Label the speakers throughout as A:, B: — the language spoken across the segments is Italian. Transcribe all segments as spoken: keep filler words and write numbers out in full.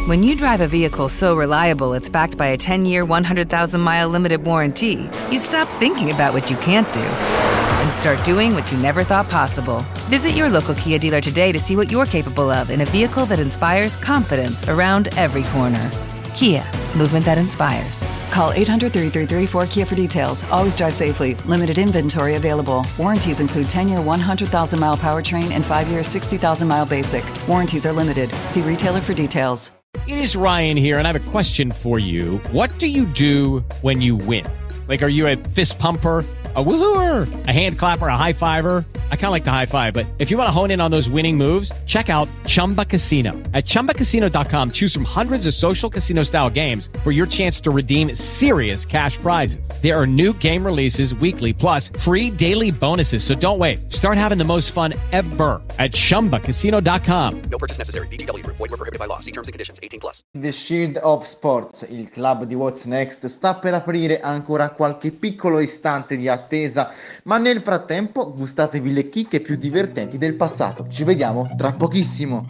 A: When you drive a vehicle so reliable it's backed by a ten-year, one hundred thousand mile limited warranty, you stop thinking about what you can't do and start doing what you never thought possible. Visit your local Kia dealer today to see what you're capable of in a vehicle that inspires confidence around every corner. Kia, movement that inspires.
B: Call eight hundred, three three three, four K I A for details. Always drive safely. Limited inventory available. Warranties include ten-year, one hundred thousand mile powertrain and five-year, sixty thousand mile basic. Warranties are limited. See retailer for details.
C: It is Ryan here, and I have a question for you. What do you do when you win? Like, are you a fist pumper, a woohooer, a hand clapper, a high fiver? I kind of like the high five, but if you want to hone in on those winning moves, check out Chumba Casino. At chumba casino dot com, choose from hundreds of social casino style games for your chance to redeem serious cash prizes. There are new game releases weekly, plus free daily bonuses. So don't wait. Start having the most fun ever at chumba casino dot com.
D: No purchase necessary. V G W Group. Void where prohibited by law. See terms and conditions. eighteen plus.
E: The Shield of Sports, il club di What's Next, sta per aprire. Ancora qualche piccolo istante di attesa, ma nel frattempo gustatevi le chicche più divertenti del passato. Ci vediamo tra pochissimo.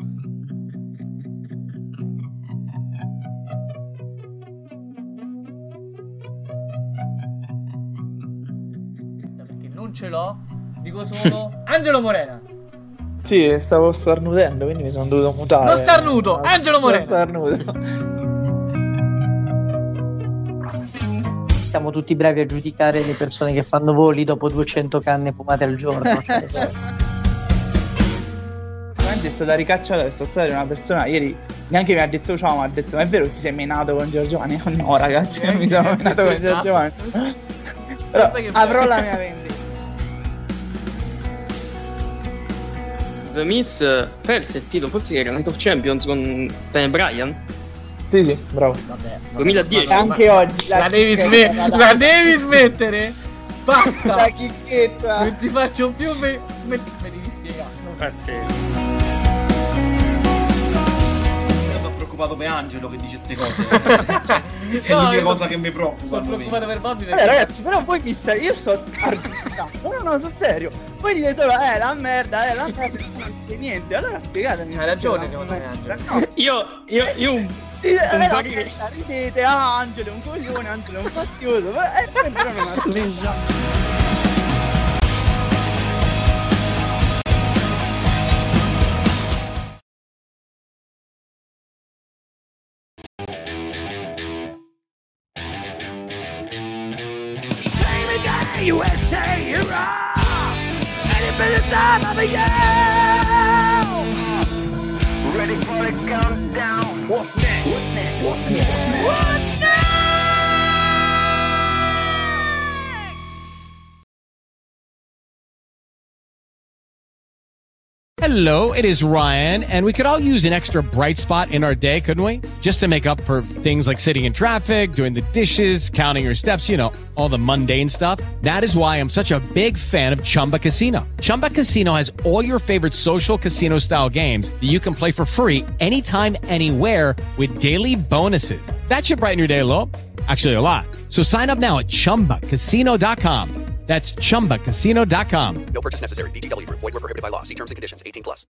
F: Perché non ce l'ho, dico solo Angelo Morena.
G: Sì, stavo starnutendo, quindi mi sono dovuto mutare.
F: Non starnuto, Angelo Morena.
G: Starnuto.
H: Siamo tutti bravi a giudicare le persone che fanno voli dopo duecento canne fumate al giorno. Cioè,
G: Veramente è stata ricacciata questa storia di una persona. Ieri neanche mi ha detto ciao, ma ha detto: ma è vero che ti sei menato con Giorgio Vanni? No ragazzi, non mi sono menato con Giorgio Vanni. Però avrò la mia vendita.
I: The Miz perse il titolo, forse era Night of Champions con Daniel Bryan.
G: Sì, sì, bravo.
F: Vabbè,
I: duemiladieci.
G: Anche oggi
F: la, la, devi, sme- la, la devi smettere. Basta.
G: La chicchetta.
F: Non ti faccio più. Me, me, me devi spiegare.
I: Pazzesco.
J: Io sono preoccupato per Angelo che dice queste cose. Cioè, è
F: no,
J: l'unica cosa che mi preoccupa.
F: Sono preoccupato per Bobby.
G: Perché... Eh, ragazzi, però voi mi stai. Io sto argomentato. Però no, sono serio. Voi dite solo, eh, la merda, eh, la merda. Non dite niente. Allora spiegatemi.
F: Hai ragione, secondo me, Angelo.
G: No.
I: Io, io, io un.
G: Eh, no, ridete, ah, Angelo è un coglione, Angelo è un fastidioso. Eh, però non ha senso.
K: U S A, hurrah! Any minute time of the year! Ready for the countdown. What's next? What's next? What's next? What's next? What's next?
C: Hello, it is Ryan, and we could all use an extra bright spot in our day, couldn't we? Just to make up for things like sitting in traffic, doing the dishes, counting your steps, you know, all the mundane stuff. That is why I'm such a big fan of Chumba Casino. Chumba Casino has all your favorite social casino-style games that you can play for free anytime, anywhere with daily bonuses. That should brighten your day a little. Actually, a lot. So sign up now at chumba casino dot com. That's chumba casino dot com.
D: No purchase necessary. V G W Group. Void where prohibited by law. See terms and conditions. eighteen plus.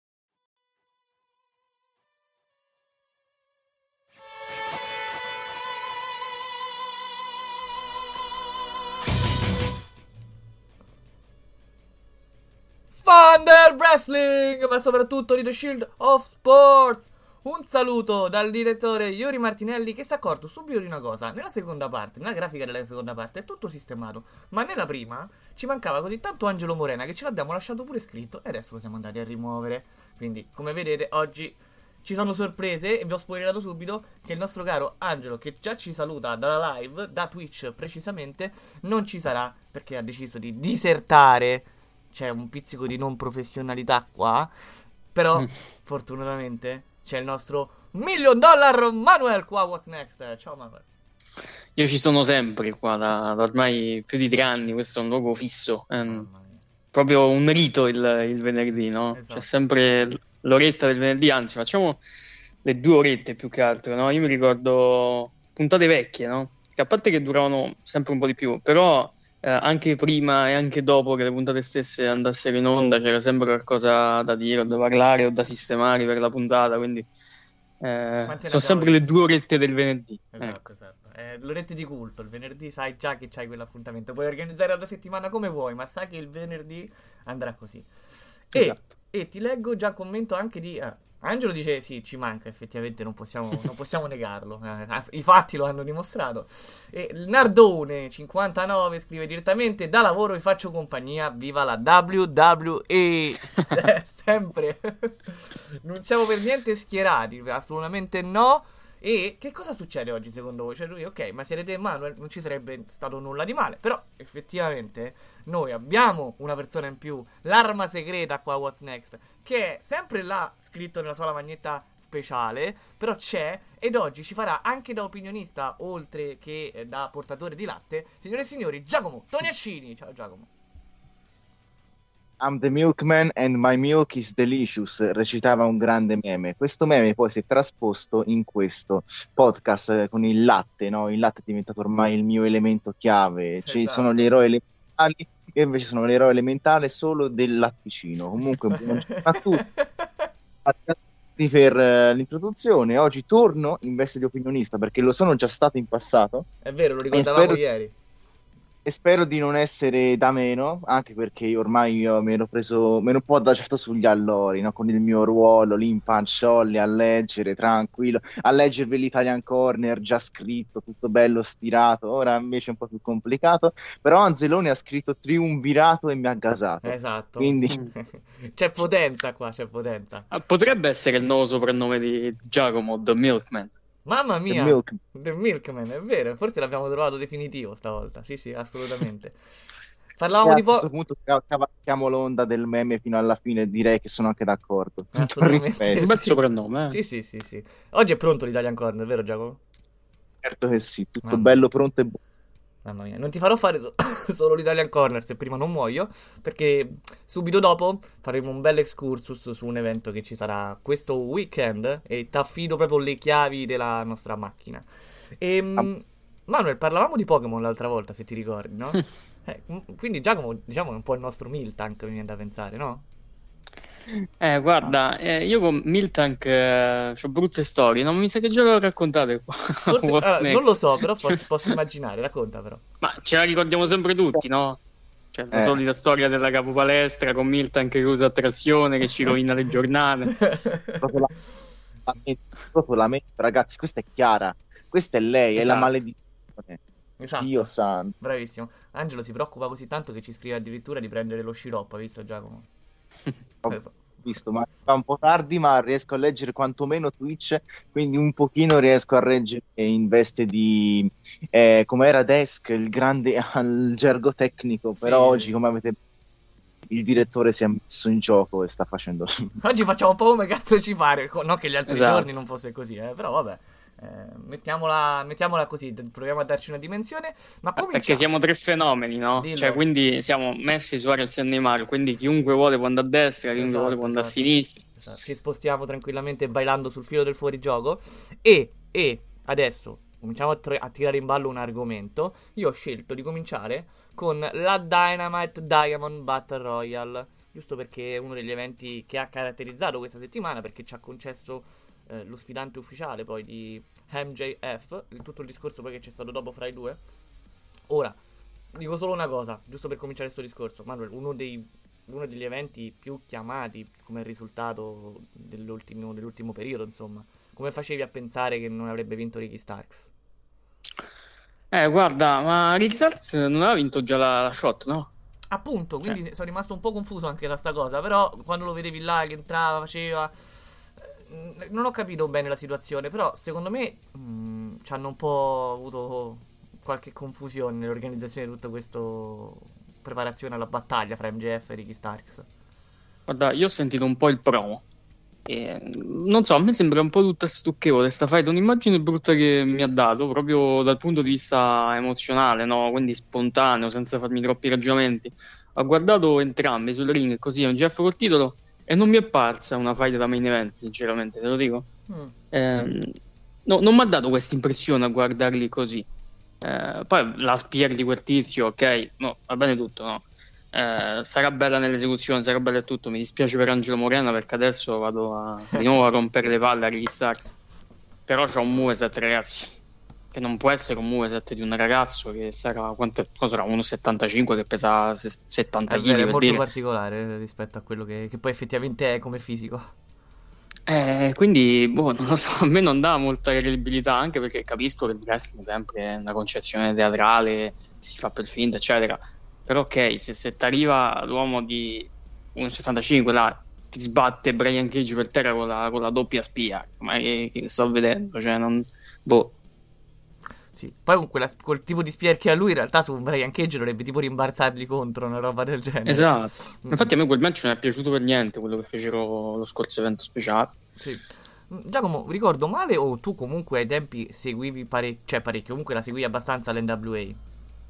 F: Thunder Wrestling, ma soprattutto di The Shield of Sports. Un saluto dal direttore Yuri Martinelli, che si è accorto subito di una cosa: nella seconda parte, nella grafica della seconda parte è tutto sistemato, ma nella prima ci mancava così tanto Angelo Morena che ce l'abbiamo lasciato pure scritto e adesso lo siamo andati a rimuovere. Quindi, come vedete, oggi ci sono sorprese e vi ho spoilerato subito che il nostro caro Angelo, che già ci saluta dalla live, da Twitch precisamente, non ci sarà perché ha deciso di disertare. C'è un pizzico di non professionalità qua, però mm. fortunatamente c'è il nostro Million Dollar Manuel qua. What's next? Ciao Manuel.
I: Io ci sono sempre qua da, da ormai più di tre anni. Questo è un luogo fisso, è un, proprio un rito il, il venerdì, no? Esatto. C'è sempre l'oretta del venerdì, anzi facciamo le due orette più che altro, no? Io mi ricordo puntate vecchie, no? Che a parte che duravano sempre un po' di più, però eh, anche prima e anche dopo che le puntate stesse andassero in onda c'era sempre qualcosa da dire o da parlare o da sistemare per la puntata, quindi Eh, sono sempre le due orette del venerdì.
F: Esatto,
I: Ecco.
F: esatto. Eh, l'orette di culto, il venerdì sai già che c'hai quell'appuntamento. Puoi organizzare la settimana come vuoi, ma sai che il venerdì andrà così. E,
I: Esatto.
F: e ti leggo già il commento anche di... eh, Angelo dice sì, ci manca, effettivamente non possiamo, non possiamo negarlo, eh, i fatti lo hanno dimostrato. E il Nardone cinquantanove scrive direttamente: da lavoro vi faccio compagnia, viva la W W E. Se- sempre. Non siamo per niente schierati, assolutamente no. E che cosa succede oggi secondo voi? Cioè lui, ok, ma se siete Emanuel non ci sarebbe stato nulla di male. Però effettivamente noi abbiamo una persona in più, l'arma segreta qua a What's Next, che è sempre là scritto nella sua lavagnetta speciale, però c'è, ed oggi ci farà anche da opinionista oltre che eh, da portatore di latte. Signore e signori, Giacomo Toniaccini. Ciao Giacomo.
L: I'm the milkman and my milk is delicious, recitava un grande meme. Questo meme poi si è trasposto in questo podcast con il latte, no? Il latte è diventato ormai il mio elemento chiave. Ci
F: Esatto.
L: sono gli eroi elementali, io invece sono l'eroe elementale solo del latticino. Comunque, buongiorno a tutti. Grazie per eh, l'introduzione. Oggi torno in veste di opinionista perché lo sono già stato in passato.
F: È vero, lo
L: E
F: ricordavamo
L: spero-
F: ieri.
L: E spero di non essere da meno, anche perché io ormai io mi ero preso, me ero un po' adagiato sugli allori, no? Con il mio ruolo lì in panciolli a leggere, tranquillo, a leggervi l'Italian Corner già scritto, tutto bello stirato. Ora invece è un po' più complicato, però Angeloni ha scritto triumvirato e mi ha gasato.
F: Esatto.
L: Quindi
F: C'è potenza qua, c'è potenza.
I: Ah, potrebbe essere il nuovo soprannome di Giacomo, The Milkman.
F: Mamma
L: The
F: mia,
L: Milk-
F: The Milkman, è vero, forse l'abbiamo trovato definitivo stavolta. Sì, sì, assolutamente. Parlavamo
L: a
F: di
L: questo
F: po'.
L: punto ca- cavalchiamo l'onda del meme fino alla fine, direi che sono anche d'accordo. Tutto il
F: Assolutamente.
L: rispetto.
I: Un bel
F: Sì.
I: soprannome, eh.
F: Sì, sì, sì, sì. Oggi è pronto l'Italian Corner, vero Giacomo?
L: Certo che sì, tutto
F: Mamma
L: bello, pronto e buono.
F: Mamma mia, non ti farò fare so- solo l'Italian Corner se prima non muoio, perché subito dopo faremo un bel excursus su un evento che ci sarà questo weekend e ti affido proprio le chiavi della nostra macchina. E, Manuel, parlavamo di Pokémon l'altra volta, se ti ricordi, no? Eh, m- quindi Giacomo, diciamo, è un po' il nostro Miltank, mi viene da pensare, no?
I: Eh, guarda, eh, io con Miltank eh, ho brutte storie, non mi sa che già le ho raccontate qua.
F: Forse,
I: What's
F: allora,
I: next?
F: non lo so, però forse posso immaginare, racconta però.
I: Ma ce la ricordiamo sempre tutti, no? Cioè, la
L: Eh.
I: solita storia della capopalestra con Miltank che usa attrazione, che ci rovina le giornate.
L: Proprio la, la mente, proprio la mente, ragazzi, questa è Chiara, questa è lei, è la
I: Esatto.
L: maledizione.
F: Esatto.
L: Dio santo.
F: Bravissimo. Angelo si preoccupa così tanto che ci scrive addirittura di prendere lo sciroppo, hai visto Giacomo?
L: Ho visto, ma fa un po' tardi, ma riesco a leggere quantomeno Twitch, quindi un pochino riesco a reggere in veste di eh, come era Desk, il grande al gergo tecnico, però
F: Sì.
L: oggi, come avete, il direttore si è messo in gioco e sta facendo
F: Oggi facciamo un po' come cazzo ci pare, co- non che gli altri
I: Esatto.
F: giorni non fosse così, eh, però vabbè. Eh, mettiamola, mettiamola così, d- proviamo a darci una dimensione, ma
I: Perché
F: cominciamo.
I: siamo tre fenomeni, no?
F: Dillo.
I: Cioè, quindi siamo Messi, Suarez e Neymar, quindi chiunque vuole può andare a destra, chiunque
F: Esatto,
I: vuole può andare a
F: esatto.
I: sinistra.
F: Esatto. Ci spostiamo tranquillamente bailando sul filo del fuorigioco e, e adesso cominciamo a, tra- a tirare in ballo un argomento. Io ho scelto di cominciare con la Dynamite Diamond Battle Royale, giusto perché è uno degli eventi che ha caratterizzato questa settimana, perché ci ha concesso eh, lo sfidante ufficiale poi di M J F, il- tutto il discorso poi che c'è stato dopo fra i due. Ora, dico solo una cosa, giusto per cominciare questo discorso. Manuel, uno dei uno degli eventi più chiamati come risultato dell'ultimo, dell'ultimo periodo, insomma. Come facevi a pensare che non avrebbe vinto Ricky Starks?
I: Eh, guarda, ma Rick Starks non aveva vinto già la, la shot, no?
F: Appunto, quindi sono rimasto un po' confuso anche da sta cosa, però quando lo vedevi là che entrava, faceva... eh, Non ho capito bene la situazione, però secondo me mh, ci hanno un po' avuto qualche confusione nell'organizzazione di tutto questo preparazione alla battaglia fra M J F e Ricky Starks.
I: Guarda, io ho sentito un po' il promo. E, non so, a me sembra un po' tutta stucchevole sta fight, un'immagine brutta che mi ha dato proprio dal punto di vista emozionale, no? Quindi spontaneo, senza farmi troppi ragionamenti. Ho guardato entrambi sul ring così, un Jeff col titolo, e non mi è parsa una fight da main event, sinceramente, te lo dico.
F: Mm.
I: Ehm, no, non mi ha dato questa impressione a guardarli così. Eh, poi la spear di quel tizio, ok, no, va bene tutto, no? Eh, sarà bella nell'esecuzione, sarà bella e tutto. Mi dispiace per Angelo Morena perché adesso vado a, di nuovo a rompere le palle a Ricky Starks. però c'ha un moveset, ragazzi, che non può essere un moveset di un ragazzo che sarà, quanto sarà, uno virgola settantacinque che pesa settanta chili,
F: è
I: per
F: molto
I: dire.
F: particolare rispetto a quello che, che poi effettivamente è come fisico.
I: Eh, quindi, boh, non lo so, a me non dà molta credibilità, anche perché capisco che il wrestling sempre è una concezione teatrale, si fa per finta, eccetera. Però ok, se, se ti arriva l'uomo di uno virgola settantacinque là, ti sbatte Brian Cage per terra con la, con la doppia spia, ma che, che sto vedendo, cioè non... boh.
F: Sì. Poi con quella, col tipo di spear che ha lui, in realtà su Brian Cage dovrebbe tipo rimbalzargli contro, una roba del genere.
I: Esatto. Infatti a me quel match non è piaciuto per niente, quello che fecero lo scorso evento speciale.
F: Sì. Giacomo, ricordo male o tu comunque ai tempi seguivi parecchio, cioè parecchio, comunque la seguivi abbastanza l'N W A?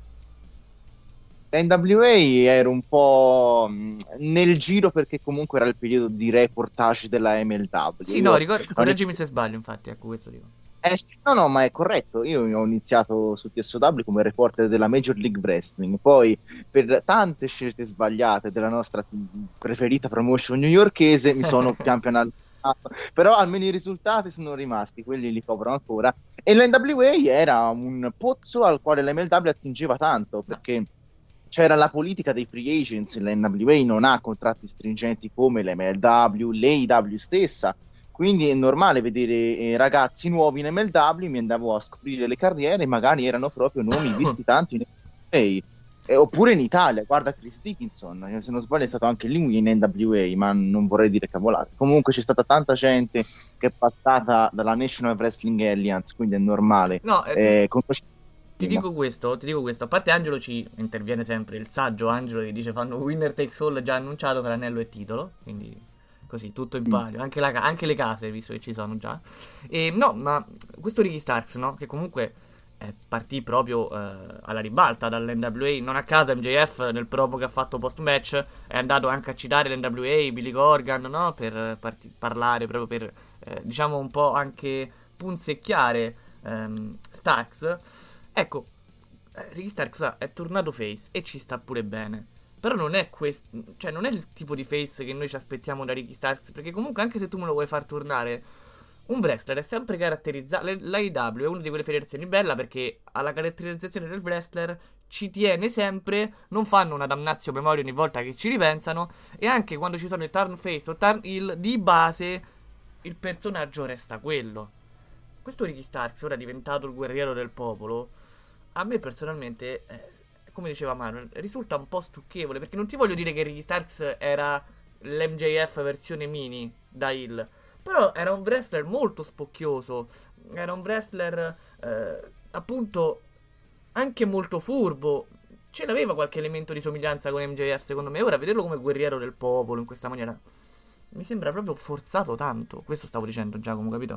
L: L'N W A ero un po' nel giro perché comunque era il periodo di reportage della M L W.
F: Sì,
L: Io
F: no, ricordo, correggimi se sbaglio, infatti, ecco, questo dico.
L: Eh, no, no, ma è corretto. Io ho iniziato su T S W come reporter della Major League Wrestling. Poi, per tante scelte sbagliate della nostra preferita promotion newyorkese, mi sono pian piano allontanato. Però almeno i risultati sono rimasti, quelli li copro ancora. E l'N W A era un pozzo al quale l'M L W attingeva tanto, perché c'era la politica dei free agents. L'N W A non ha contratti stringenti come l'M L W, l'A E W stessa. Quindi è normale vedere eh, ragazzi nuovi in M L W, mi andavo a scoprire le carriere, magari erano proprio nomi visti tanto in N W A. Eh, oppure in Italia, guarda Chris Dickinson, se non sbaglio è stato anche lui in N W A, ma non vorrei dire cavolate. Comunque c'è stata tanta gente che è passata dalla National Wrestling Alliance, quindi è normale.
F: No, eh,
L: eh, con...
F: ti dico questo, ti dico questo, a parte Angelo ci interviene sempre, il saggio Angelo che dice fanno winner takes all già annunciato per anello e titolo, quindi... così, tutto in palio, anche, la, anche le case, visto che ci sono già. E no, ma questo Ricky Starks, no? Che comunque eh, partì proprio eh, alla ribalta dall'N W A. Non a caso M J F nel promo che ha fatto post-match è andato anche a citare l'N W A, Billy Corgan, no? Per parti- parlare, proprio per, eh, diciamo, un po' anche punzecchiare ehm, Starks. Ecco, Ricky Starks è tornato face e ci sta pure bene. Però non è questo, cioè non è il tipo di face che noi ci aspettiamo da Ricky Starks, perché comunque anche se tu me lo vuoi far tornare, un wrestler è sempre caratterizzato, l'A E W è una di quelle federazioni bella perché alla caratterizzazione del wrestler ci tiene sempre, non fanno una damnazio memoria ogni volta che ci ripensano, e anche quando ci sono il turn face o turn heel, di base il personaggio resta quello. Questo Ricky Starks, ora diventato il guerriero del popolo, a me personalmente... Eh, come diceva Manuel, risulta un po' stucchevole, perché non ti voglio dire che Ricky Starks era l'M J F versione mini da heel, però era un wrestler molto spocchioso, era un wrestler eh, appunto anche molto furbo, ce l'aveva qualche elemento di somiglianza con M J F secondo me. Ora vederlo come guerriero del popolo in questa maniera mi sembra proprio forzato tanto. Questo stavo dicendo, Giacomo, capito?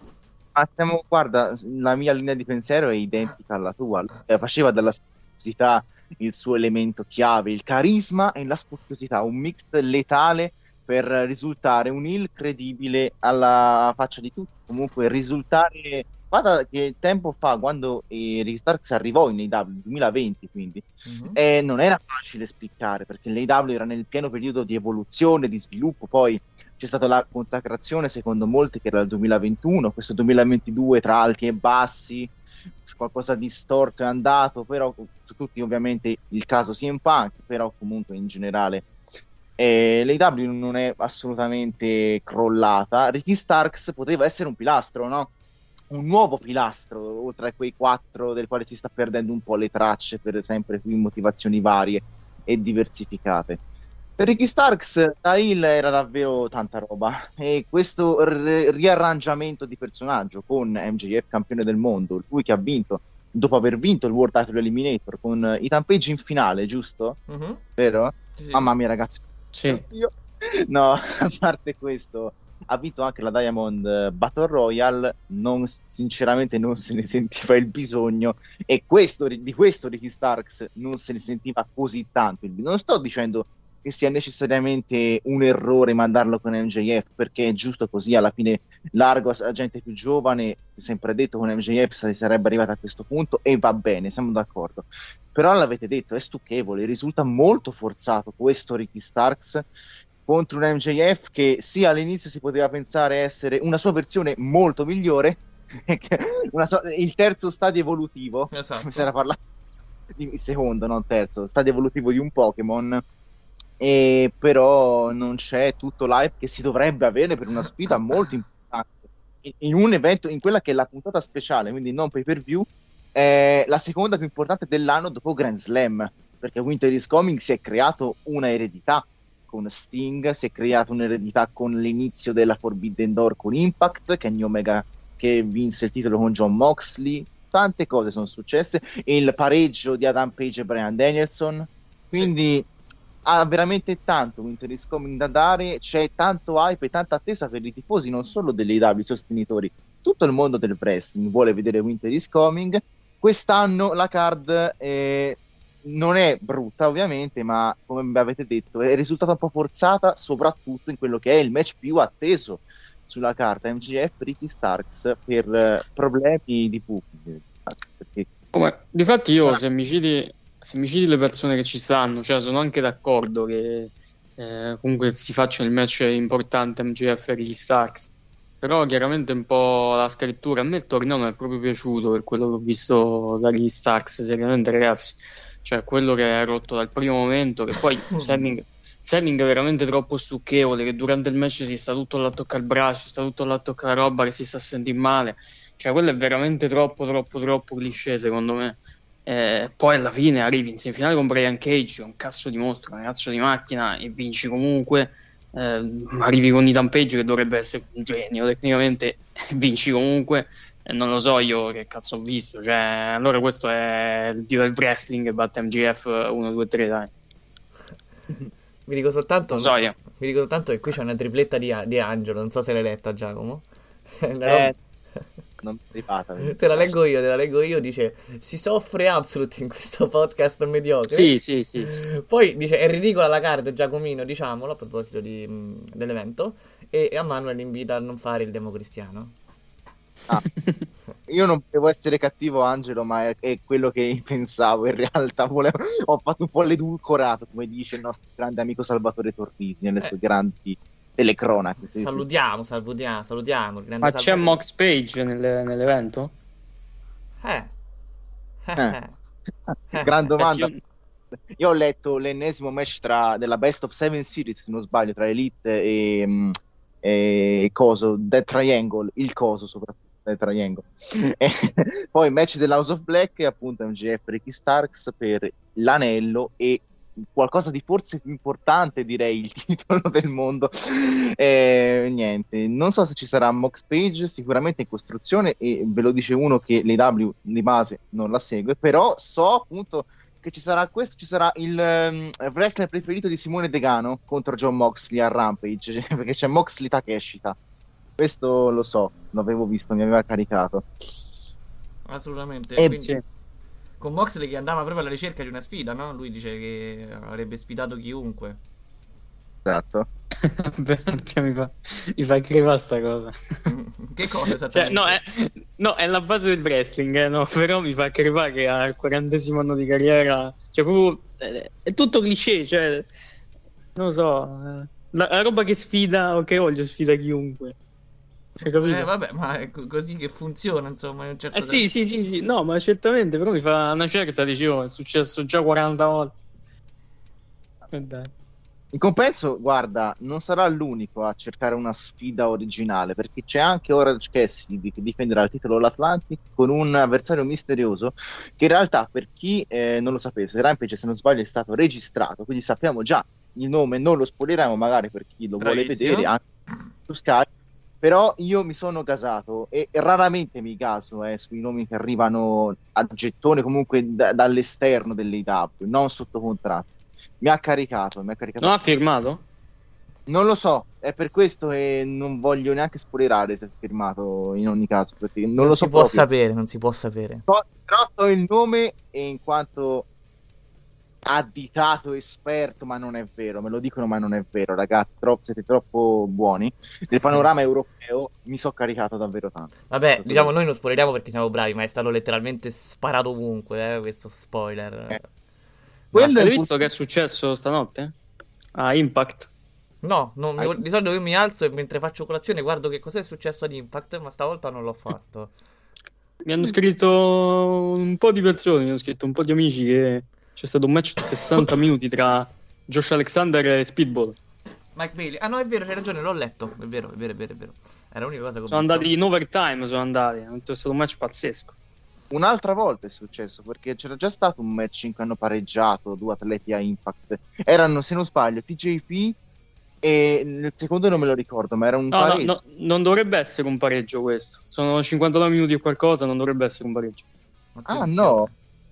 L: Ah, stiamo, guarda, la mia linea di pensiero è identica alla tua. Eh, faceva della il suo elemento chiave, il carisma e la spocchiosità, un mix letale per risultare un heel credibile alla faccia di tutti. Comunque risultare, guarda che tempo fa, quando eh, Ricky Starks arrivò in A E W, duemilaventi quindi, mm-hmm. eh, non era facile spiccare, perché l'A E W era nel pieno periodo di evoluzione, di sviluppo. Poi c'è stata la consacrazione, secondo molti, che era il duemilaventuno, questo duemilaventidue tra alti e bassi, qualcosa di storto è andato, però su tutti ovviamente il caso C M Punk, però comunque in generale eh, l'A E W non è assolutamente crollata. Ricky Starks poteva essere un pilastro, no? Un nuovo pilastro, oltre a quei quattro del quale si sta perdendo un po' le tracce per sempre qui motivazioni varie e diversificate. Per Ricky Starks da heel era davvero tanta roba, e questo ri- riarrangiamento di personaggio con M J F campione del mondo, lui che ha vinto dopo aver vinto il World Title Eliminator con Ethan Page in finale, giusto? Mm-hmm. Vero? Sì. Mamma mia ragazzi,
I: sì.
L: Io... no, a parte questo, ha vinto anche la Diamond Battle Royale, non, sinceramente non se ne sentiva il bisogno, e questo, di questo Ricky Starks non se ne sentiva così tanto il bisogno. Non sto dicendo che sia necessariamente un errore mandarlo con M J F, perché è giusto così, alla fine largo a gente più giovane, sempre detto con M J F si sarebbe arrivato a questo punto, e va bene, siamo d'accordo. Però l'avete detto, è stucchevole, risulta molto forzato questo Ricky Starks contro un M J F che sì, all'inizio si poteva pensare essere una sua versione molto migliore, una so- il terzo stadio evolutivo,
F: esatto.
L: mi si era parlato il secondo, non terzo, stadio evolutivo di un Pokémon, e però non c'è tutto l'hype che si dovrebbe avere per una sfida molto importante in un evento, in quella che è la puntata speciale, quindi non pay per view, è la seconda più importante dell'anno dopo Grand Slam, perché Winter is Coming si è creato una eredità con Sting, si è creata un'eredità con l'inizio della Forbidden Door con Impact, Kenny Omega che vinse il titolo con Jon Moxley, tante cose sono successe, e il pareggio di Adam Page e Bryan Danielson, quindi sì, ha veramente tanto Winter is Coming da dare, c'è tanto hype e tanta attesa per i tifosi, non solo dell'A E W, i sostenitori, tutto il mondo del wrestling vuole vedere Winter is Coming. Quest'anno la card è... non è brutta ovviamente, ma come mi avete detto è risultata un po' forzata, soprattutto in quello che è il match più atteso sulla carta, M J F Ricky Starks, per uh, problemi di pubblico. Perché...
I: Come, difatti io se mi citi, se mi citi le persone che ci stanno, cioè sono anche d'accordo che eh, comunque si faccia il match importante M J F Ricky Starks, però chiaramente un po' la scrittura, a me il torneo non è proprio piaciuto per quello che ho visto da Ricky Starks, seriamente ragazzi, cioè quello che è rotto dal primo momento, che poi selling, selling è veramente troppo stucchevole, che durante il match si sta tutto là a toccare il braccio, si sta tutto là a toccare la roba, che si sta a sentire male, cioè quello è veramente troppo troppo troppo cliché secondo me. Eh, poi alla fine arrivi in semifinale con Brian Cage, un cazzo di mostro, un cazzo di macchina, e vinci comunque. Eh, arrivi con Ethan Page che dovrebbe essere un genio tecnicamente, vinci comunque. Eh, non lo so io che cazzo ho visto, cioè allora questo è il dio del wrestling che batte M J F uno due tre, dai.
F: Vi dico soltanto,
I: so io.
F: vi dico soltanto che qui c'è una tripletta di, di Angelo, non so se l'hai letta Giacomo.
L: Eh, non privata.
F: Te la leggo io, te la leggo io, dice si soffre Absolute in questo podcast mediocre.
I: Sì, sì, sì, sì.
F: Poi dice è ridicola la card Giacomino, diciamolo a proposito di, mh, dell'evento, e, e a Manuel invita a non fare il democristiano.
L: Ah, io non devo essere cattivo Angelo, ma è, è quello che pensavo in realtà. Volevo, ho fatto un po' l'edulcorato, come dice il nostro grande amico Salvatore Torrisi nelle
F: eh.
L: sue grandi telecronache. Sì,
F: salutiamo, sì. salutiamo, salutiamo il grande
I: ma
F: Salvatore.
I: c'è Mox Page nelle, nell'evento?
F: Eh.
L: eh. eh. Gran domanda. Io ho letto l'ennesimo match tra della Best of Seven Series, se non sbaglio, tra Elite e, e Coso, Dead Triangle, il Coso soprattutto, Dead Triangle. E poi match dell'House of Black, appunto M J F Ricky Starks per l'anello e qualcosa di forse più importante, direi, il titolo del mondo. E niente, non so se ci sarà Mox Page, sicuramente in costruzione, e ve lo dice uno che l'A E W di base non la segue, però so appunto che ci sarà questo, ci sarà il um, wrestler preferito di Simone Degano contro Jon Moxley a Rampage, perché c'è Moxley Takeshita. Questo lo so, l'avevo visto, mi aveva caricato.
F: Assolutamente.
L: E
F: quindi, con Moxley che andava proprio alla ricerca di una sfida, no? Lui dice che avrebbe sfidato chiunque.
L: Esatto.
I: mi fa, mi fa crepare sta cosa.
F: Che cosa esattamente?
I: Cioè, no, è, no, è la base del wrestling, eh, no? Però mi fa crepare che al quarantesimo anno di carriera, cioè proprio è, è tutto cliché, cioè non lo so, eh, la, la roba che sfida o che voglio sfida chiunque. Cioè, capito?
F: Eh vabbè, ma è co- così che funziona, insomma, in un certo
I: eh sì, sì, sì, sì, no, ma certamente, però mi fa una certa, dicevo, è successo già quaranta volte. E dai.
L: In compenso, guarda, non sarà l'unico a cercare una sfida originale, perché c'è anche Orange Cassidy che difenderà il titolo dell'Atlantic con un avversario misterioso che in realtà, per chi eh, non lo sapesse, Rampage, se non sbaglio, è stato registrato, quindi sappiamo già il nome, non lo spoileriamo magari per chi lo vuole
F: Bravissimo.
L: vedere anche su Sky, però io mi sono gasato e raramente mi gaso eh, sui nomi che arrivano a gettone comunque da- dall'esterno dell'A E W, non sotto contratto. Mi ha caricato, mi ha caricato.
I: Non ha firmato?
L: Non lo so, è per questo che non voglio neanche spoilerare se è firmato in ogni caso, perché non,
F: Non
L: lo
F: si
L: so
F: può
L: proprio.
F: sapere, non si può sapere.
L: So- però so il nome e in quanto additato esperto, ma non è vero, me lo dicono ma non è vero, ragazzi, troppo, siete troppo buoni. Nel panorama europeo mi so caricato davvero tanto.
F: Vabbè,
L: Questo
F: diciamo
L: sì.
F: noi non spoileriamo perché siamo bravi, ma è stato letteralmente sparato ovunque, eh, questo spoiler.
L: Eh.
F: Ma
I: Quello
L: è
I: hai
L: il
I: visto che è successo stanotte? A Impact?
F: No, non mi- di solito io mi alzo e mentre faccio colazione guardo che cos'è successo ad Impact, ma stavolta non l'ho fatto.
I: Mi hanno scritto un po' di persone, mi hanno scritto un po' di amici che c'è stato un match di sessanta minuti tra Josh Alexander e Speedball.
F: Mike Bailey. Ah no, è vero, c'hai ragione, l'ho letto. È vero, è vero, è vero, è vero. Era l'unica cosa che ho
I: Sono
F: visto.
I: andati in overtime, sono andati. È stato un match pazzesco.
L: Un'altra volta è successo, perché c'era già stato un match in cui hanno pareggiato due atleti a Impact. Erano, se non sbaglio, T J P e nel secondo non me lo ricordo, ma era un
I: No, no,
L: pareggio.
I: no, non dovrebbe essere un pareggio questo. Sono cinquantanove minuti e qualcosa, non dovrebbe essere un pareggio.
L: Ah no.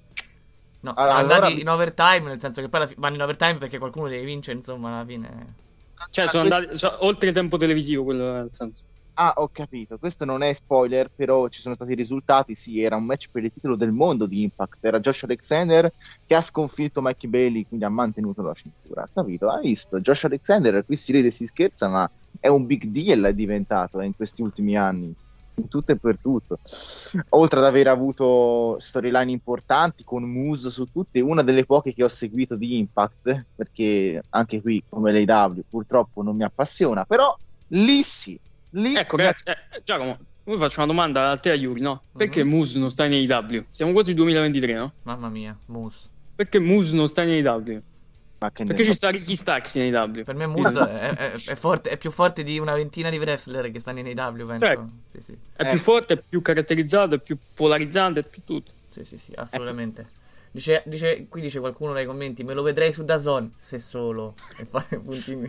F: No,
L: Allora-
F: sono andati in overtime, nel senso che poi alla fi- vanno in overtime perché qualcuno deve vincere, insomma, alla fine.
I: Cioè,
L: Ah,
I: sono
L: questo-
I: andati so- oltre tempo televisivo, quello nel senso.
L: Ah, ho capito. Questo non è spoiler, però ci sono stati i risultati. Sì, era un match per il titolo del mondo di Impact. Era Josh Alexander che ha sconfitto Mikey Bailey, quindi ha mantenuto la cintura. Capito? Hai visto? Josh Alexander, qui si ride e si scherza, ma è un big deal è diventato eh, in questi ultimi anni. In tutto e per tutto. Oltre ad aver avuto storyline importanti con Moose su tutte, una delle poche che ho seguito di Impact, perché anche qui, come l'A E W, purtroppo non mi appassiona, però lì sì. Lì
I: Ecco, ragazzi, eh, Giacomo, io faccio una domanda a te e a Yuri, no? Perché Moose non sta in A E W? Siamo quasi duemilaventitré, no?
F: Mamma mia, Moose.
I: Perché Moose non sta in A E W?
L: Ma che
I: Perché ci sta Ricky Starks in A E W?
F: Per me Moose è, è- è forte, è più forte di una ventina di wrestler che stanno in A E W, penso.
I: Certo.
F: Sì, sì.
I: È
L: Eh.
I: più forte, è più caratterizzato, è più polarizzante, è più tutto.
F: Sì, sì, sì, assolutamente. Dice, dice, qui dice qualcuno nei commenti, me lo vedrei su DAZN, se solo. E poi puntini.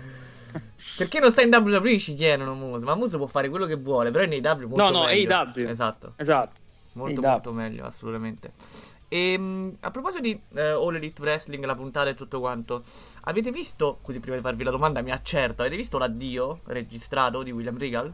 F: Perché non sta in W W E ci chiedono Moose, ma Moose può fare quello che vuole, però in A E W molto
I: No, no,
F: meglio.
I: A E W.
F: Esatto.
I: Esatto.
F: Molto
I: A E W.
F: molto meglio, assolutamente. E a proposito di eh, All Elite Wrestling, la puntata e tutto quanto, avete visto, così prima di farvi la domanda mi accerto, avete visto l'addio registrato di William Regal?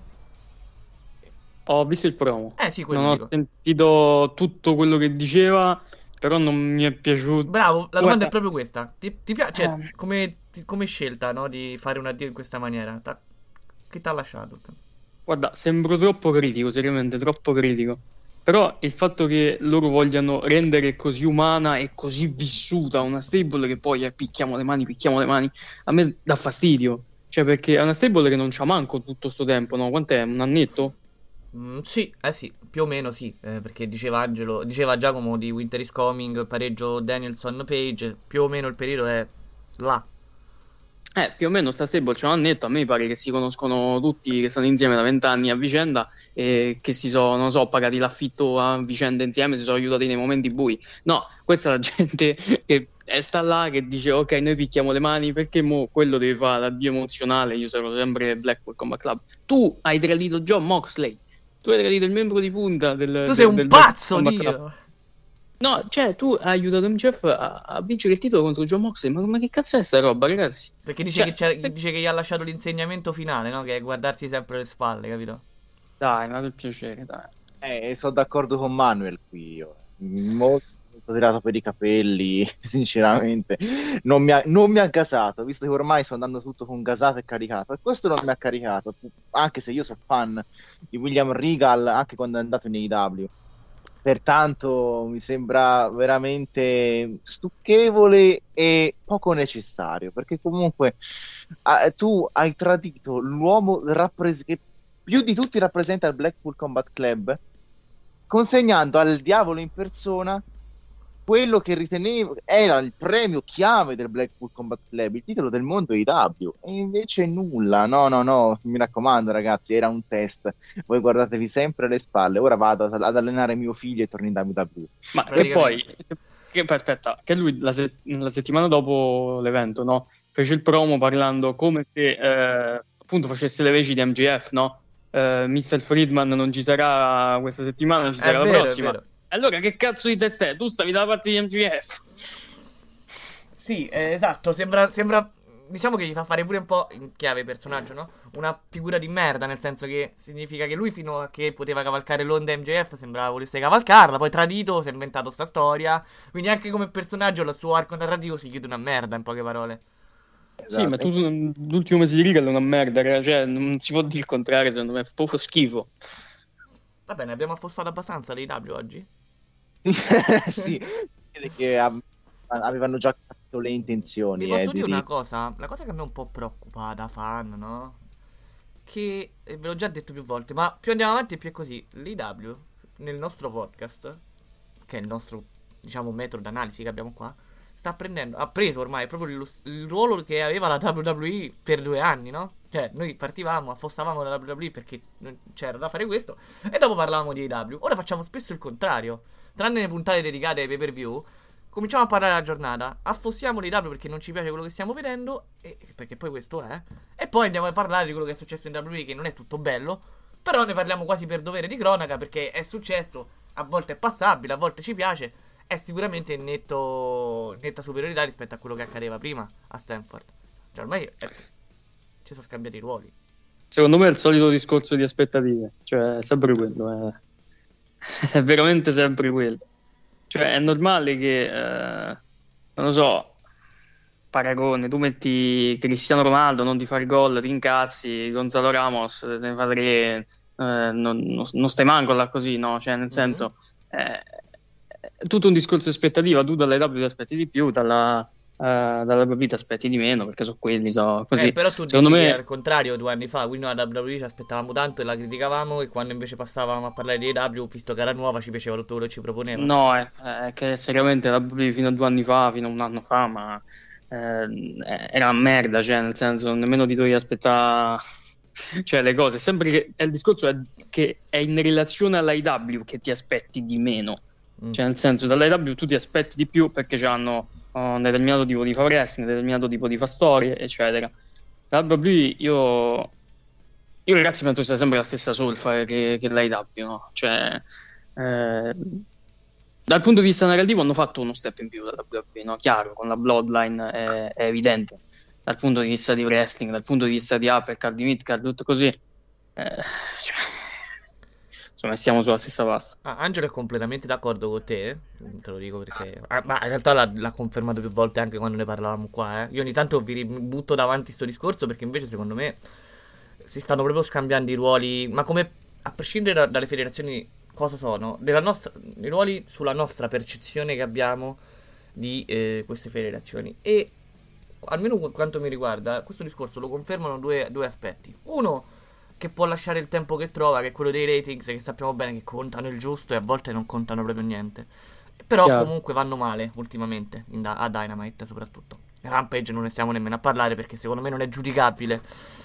I: Ho visto il promo.
F: Eh sì, quello
I: Non ho
F: dico.
I: sentito tutto quello che diceva, però non mi è piaciuto.
F: Bravo, la domanda
I: Guarda,
F: è proprio questa. Ti, ti piace, cioè,
I: Eh.
F: come, ti- come scelta, no, di fare un addio in questa maniera? T'ha- che ti ha lasciato?
I: Guarda, sembro troppo critico, seriamente, troppo critico. Però il fatto che loro vogliano rendere così umana e così vissuta una stable che poi eh, picchiamo le mani, picchiamo le mani, a me dà fastidio. Cioè, perché è una stable che non c'ha manco tutto sto tempo, no? Quant'è? Un annetto?
F: Mm, sì, eh sì, più o meno sì, eh, perché diceva Angelo, diceva Giacomo di Winter is Coming, pareggio Danielson Page, più o meno il periodo è là.
I: Eh, più o meno sta stable c'è un annetto, a me mi pare che si conoscono tutti, che stanno insieme da vent'anni a vicenda e che si sono, non so, pagati l'affitto a vicenda insieme, si sono aiutati nei momenti bui. No, questa è la gente che eh, sta là, che dice ok, noi picchiamo le mani, perché mo quello deve fare l'addio emozionale, io sarò sempre Blackpool Combat Club. Tu hai tradito John Moxley, tu hai tradito il membro di punta del
F: Tu sei
I: del-
F: un
I: del
F: pazzo,
I: Blackpool Combat Club.
F: Dio!
I: No, cioè tu hai aiutato M J F a, a vincere il titolo contro John Moxley, ma, ma che cazzo è sta roba, ragazzi?
F: Perché dice,
I: Cioè,
F: che c'è- dice che gli ha lasciato l'insegnamento finale, no? Che è guardarsi sempre le spalle, capito?
I: Dai, ma per piacere, dai.
L: Eh, sono d'accordo con Manuel qui io. Molto, molto tirato per i capelli, sinceramente. Non mi ha, non mi ha gasato, visto che ormai sto andando tutto con gasato e caricato. E questo non mi ha caricato, anche se io sono fan di William Regal, anche quando è andato in A E W. Pertanto mi sembra veramente stucchevole e poco necessario, perché comunque ah, tu hai tradito l'uomo rappres- che più di tutti rappresenta il Blackpool Combat Club, consegnando al diavolo in persona quello che ritenevo era il premio chiave del Blackpool Combat Club, il titolo del mondo A E W, e invece nulla. No, no, no, mi raccomando ragazzi, era un test, voi guardatevi sempre alle spalle. Ora vado ad ad allenare mio figlio e torno in W W E.
I: Ma che poi, che poi aspetta, che lui la, se- la settimana dopo l'evento, no? Fece il promo parlando come se eh, appunto facesse le veci di M J F, no? Eh, mister Friedman non ci sarà questa settimana, ci
F: È
I: sarà
F: vero,
I: la
F: è
I: prossima.
F: vero.
I: Allora che cazzo di test è? Tu stavi dalla parte di M J F.
F: Sì, eh, esatto, sembra, sembra, diciamo che gli fa fare pure un po' in chiave personaggio, no? Una figura di merda, nel senso che significa che lui fino a che poteva cavalcare l'onda M J F sembrava volesse cavalcarla, poi tradito, si è inventato sta storia, quindi anche come personaggio il suo arco narrativo si chiude una merda, in poche parole.
I: Sì, ma tu, l'ultimo mese di Regal è una merda, raga, cioè non si può dire il contrario, secondo me è proprio schifo.
F: Va bene, abbiamo affossato abbastanza l'A E W oggi?
L: Sì, vede che av- avevano già detto le intenzioni.
F: Vi posso
L: eh,
F: dire
L: di-
F: una cosa? La cosa che a me un po' preoccupa da fan, no? Che eh, ve l'ho già detto più volte, ma più andiamo avanti e più è così. L'I W nel nostro podcast, che è il nostro, diciamo, metodo d'analisi che abbiamo qua, sta prendendo, ha preso ormai proprio il, il ruolo che aveva la W W E per due anni, no? Cioè, noi partivamo, affossavamo la W W E perché non c'era da fare questo, e dopo parlavamo di A E W. Ora facciamo spesso il contrario. Tranne le puntate dedicate ai pay per view, cominciamo a parlare della giornata, affossiamo l'I W perché non ci piace quello che stiamo vedendo, e, perché poi questo è, e poi andiamo a parlare di quello che è successo in W W E, che non è tutto bello, però ne parliamo quasi per dovere di cronaca, perché è successo, a volte è passabile, a volte ci piace, è sicuramente in netto, netta superiorità rispetto a quello che accadeva prima a Stanford. Cioè ormai è, ci sono scambiati i ruoli.
I: Secondo me è il solito discorso di aspettative, cioè è sempre quello, è, è veramente sempre quello. Cioè è normale che, eh, non lo so, paragone, tu metti Cristiano Ronaldo, non ti fa il gol, ti incazzi, Gonzalo Ramos te ne fa tre, eh, non, non, non stai manco là così, no? Cioè nel senso, eh, è tutto un discorso di aspettativa, tu dalle W ti aspetti di più, dalla... Uh, dalla W W E ti aspetti di meno perché sono quelli, so così.
F: Eh, però tu
I: secondo
F: dici
I: me
F: che al contrario, due anni fa, quindi alla W W E ci aspettavamo tanto e la criticavamo, e quando invece passavamo a parlare di A E W, visto che era nuova, ci piaceva tutto quello che ci proponeva.
I: no, è, è che seriamente la W W E fino a due anni fa, fino a un anno fa, ma eh, era merda, cioè nel senso nemmeno ti dovevi aspettare, cioè le cose, sempre che è il discorso è che è in relazione all'A E W che ti aspetti di meno. Mm. Cioè nel senso dall'A E W tu ti aspetti di più perché hanno uh, un determinato tipo di fa wrestling, un determinato tipo di fa storie, eccetera. La W W E io io ragazzi penso sia sempre la stessa solfa che, che l'A E W, no? Cioè eh, dal punto di vista narrativo hanno fatto uno step in più dalla W W E, no? Chiaro, con la Bloodline è, è evidente. Dal punto di vista di wrestling, dal punto di vista di uppercard, di midcard, tutto così, eh, cioè, insomma stiamo sulla stessa pasta.
F: Ah, Angelo è completamente d'accordo con te, te lo dico perché ah, ma in realtà l'ha, l'ha confermato più volte anche quando ne parlavamo qua, eh. Io ogni tanto vi butto davanti sto discorso perché invece secondo me si stanno proprio scambiando i ruoli, ma come a prescindere da, dalle federazioni cosa sono, della nostra, i ruoli sulla nostra percezione che abbiamo di eh, queste federazioni. E almeno per quanto mi riguarda questo discorso lo confermano due, due aspetti. Uno, che può lasciare il tempo che trova, che è quello dei ratings, che sappiamo bene che contano il giusto e a volte non contano proprio niente. Però
I: Chiaro.
F: Comunque vanno male ultimamente in da- a Dynamite soprattutto. Rampage non ne stiamo nemmeno a parlare perché secondo me non è giudicabile.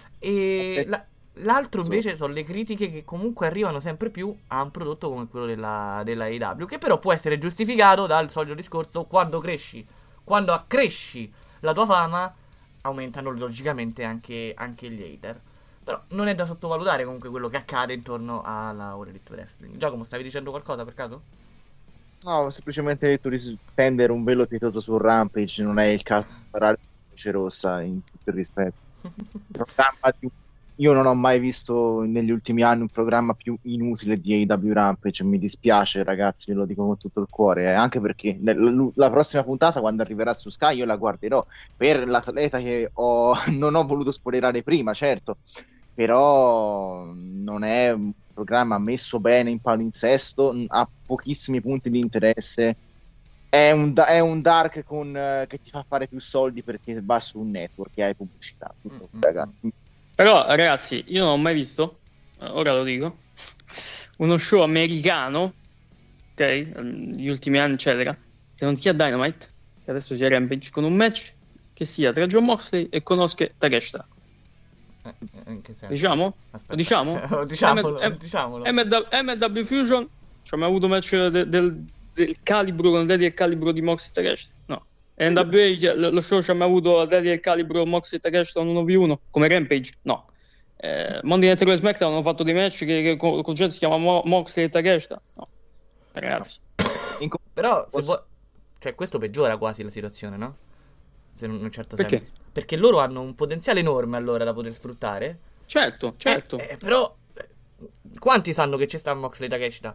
F: E la- l'altro invece sono le critiche che comunque arrivano sempre più a un prodotto come quello della, della A E W, che però può essere giustificato dal solito discorso: quando cresci, quando accresci la tua fama, aumentano logicamente anche, anche gli hater. Però non è da sottovalutare comunque quello che accade intorno alla All Elite Wrestling. Giacomo, stavi dicendo qualcosa per caso?
L: No, ho semplicemente detto di stendere un velo pietoso su Rampage non è il caso di parlare di Croce Rossa, in tutto il rispetto. Programma di... Io non ho mai visto negli ultimi anni un programma più inutile di A E W Rampage, mi dispiace ragazzi, ve lo dico con tutto il cuore, eh, anche perché nel- la prossima puntata quando arriverà su Sky io la guarderò per l'atleta che ho... non ho voluto spoilerare prima, certo, però non è un programma messo bene in palinsesto, ha pochissimi punti di interesse, è un, da- è un dark con, eh, che ti fa fare più soldi perché va su un network e hai pubblicità, tutto, ragazzi.
I: Però ragazzi, io non ho mai visto, eh, ora lo dico, uno show americano, ok, negli ultimi anni eccetera, che non sia Dynamite, che adesso sia Rampage, con un match che sia tra Jon Moxley e Konosuke Takeshita.
F: Eh, in che senso?
I: Diciamo?
F: Aspetta.
I: Lo diciamo?
F: diciamolo,
I: M-
F: diciamolo.
I: M W Fusion, ci ho mai avuto match de- del, del calibro con Daddy e il calibro di Moxley e Takeshita? No. N W A lo show ci ha mai avuto Daddy e il calibro Moxley e Takeshita un uno vu uno come Rampage? No. eh, Monday Night Raw e SmackDown hanno fatto dei match che, che con, con gente si chiama Mo- Moxley e Takeshita? No, ragazzi.
F: Però se vuoi, cioè questo peggiora quasi la situazione, no? Se in un certo
I: Perché?
F: senso. Perché loro hanno un potenziale enorme allora da poter sfruttare.
I: Certo, certo.
F: Eh, eh, però eh, quanti sanno che ci sta Moxley Takeshita?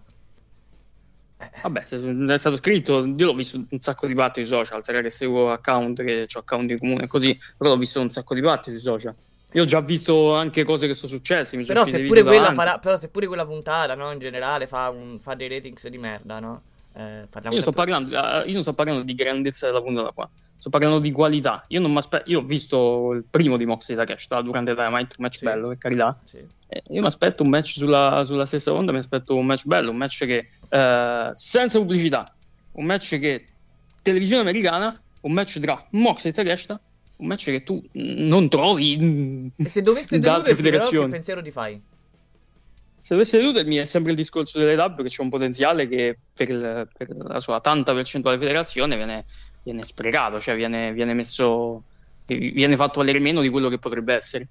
I: Vabbè, se è stato scritto, io l'ho visto un sacco di battiti sui social, sai che seguo account, che ho account in comune così, però l'ho visto un sacco di battiti sui social. Io ho già visto anche cose che sono successe, mi sono
F: Però
I: usciti
F: se pure
I: video
F: quella
I: davanti.
F: farà, però se pure quella puntata, no, in generale fa, un, fa dei ratings di merda, no? Eh, parliamo
I: Io sto,
F: sempre...
I: parlando, io non sto parlando di grandezza della puntata qua, sto parlando di qualità. Io non m'aspetto, io ho visto il primo di Moxley Takeshita durante Dynamite, un match
F: Sì.
I: bello, per carità.
F: Sì.
I: Eh, io mi aspetto un match sulla, sulla stessa onda, mi aspetto un match bello, un match che eh, senza pubblicità, un match che televisione americana, un match tra Moxley e Takeshita, un match che tu non trovi
F: E se dovesse
I: da altre
F: deluderti, però, che
I: federazioni.
F: pensiero ti fai?
I: Se dovesse deludermi è sempre il discorso delle W, che c'è un potenziale che per, il- per la sua tanta percentuale di federazione viene, viene sprecato, cioè viene, viene messo, viene fatto valere meno di quello che potrebbe essere.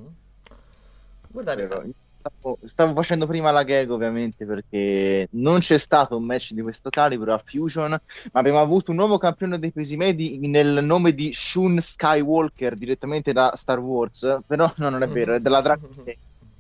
F: Guardate,
L: Però, stavo, stavo facendo prima la gag ovviamente perché non c'è stato un match di questo calibro a Fusion, ma abbiamo avuto un nuovo campione dei pesi medi nel nome di Shun Skywalker direttamente da Star Wars, però no, non è vero, è della Dragon Gate,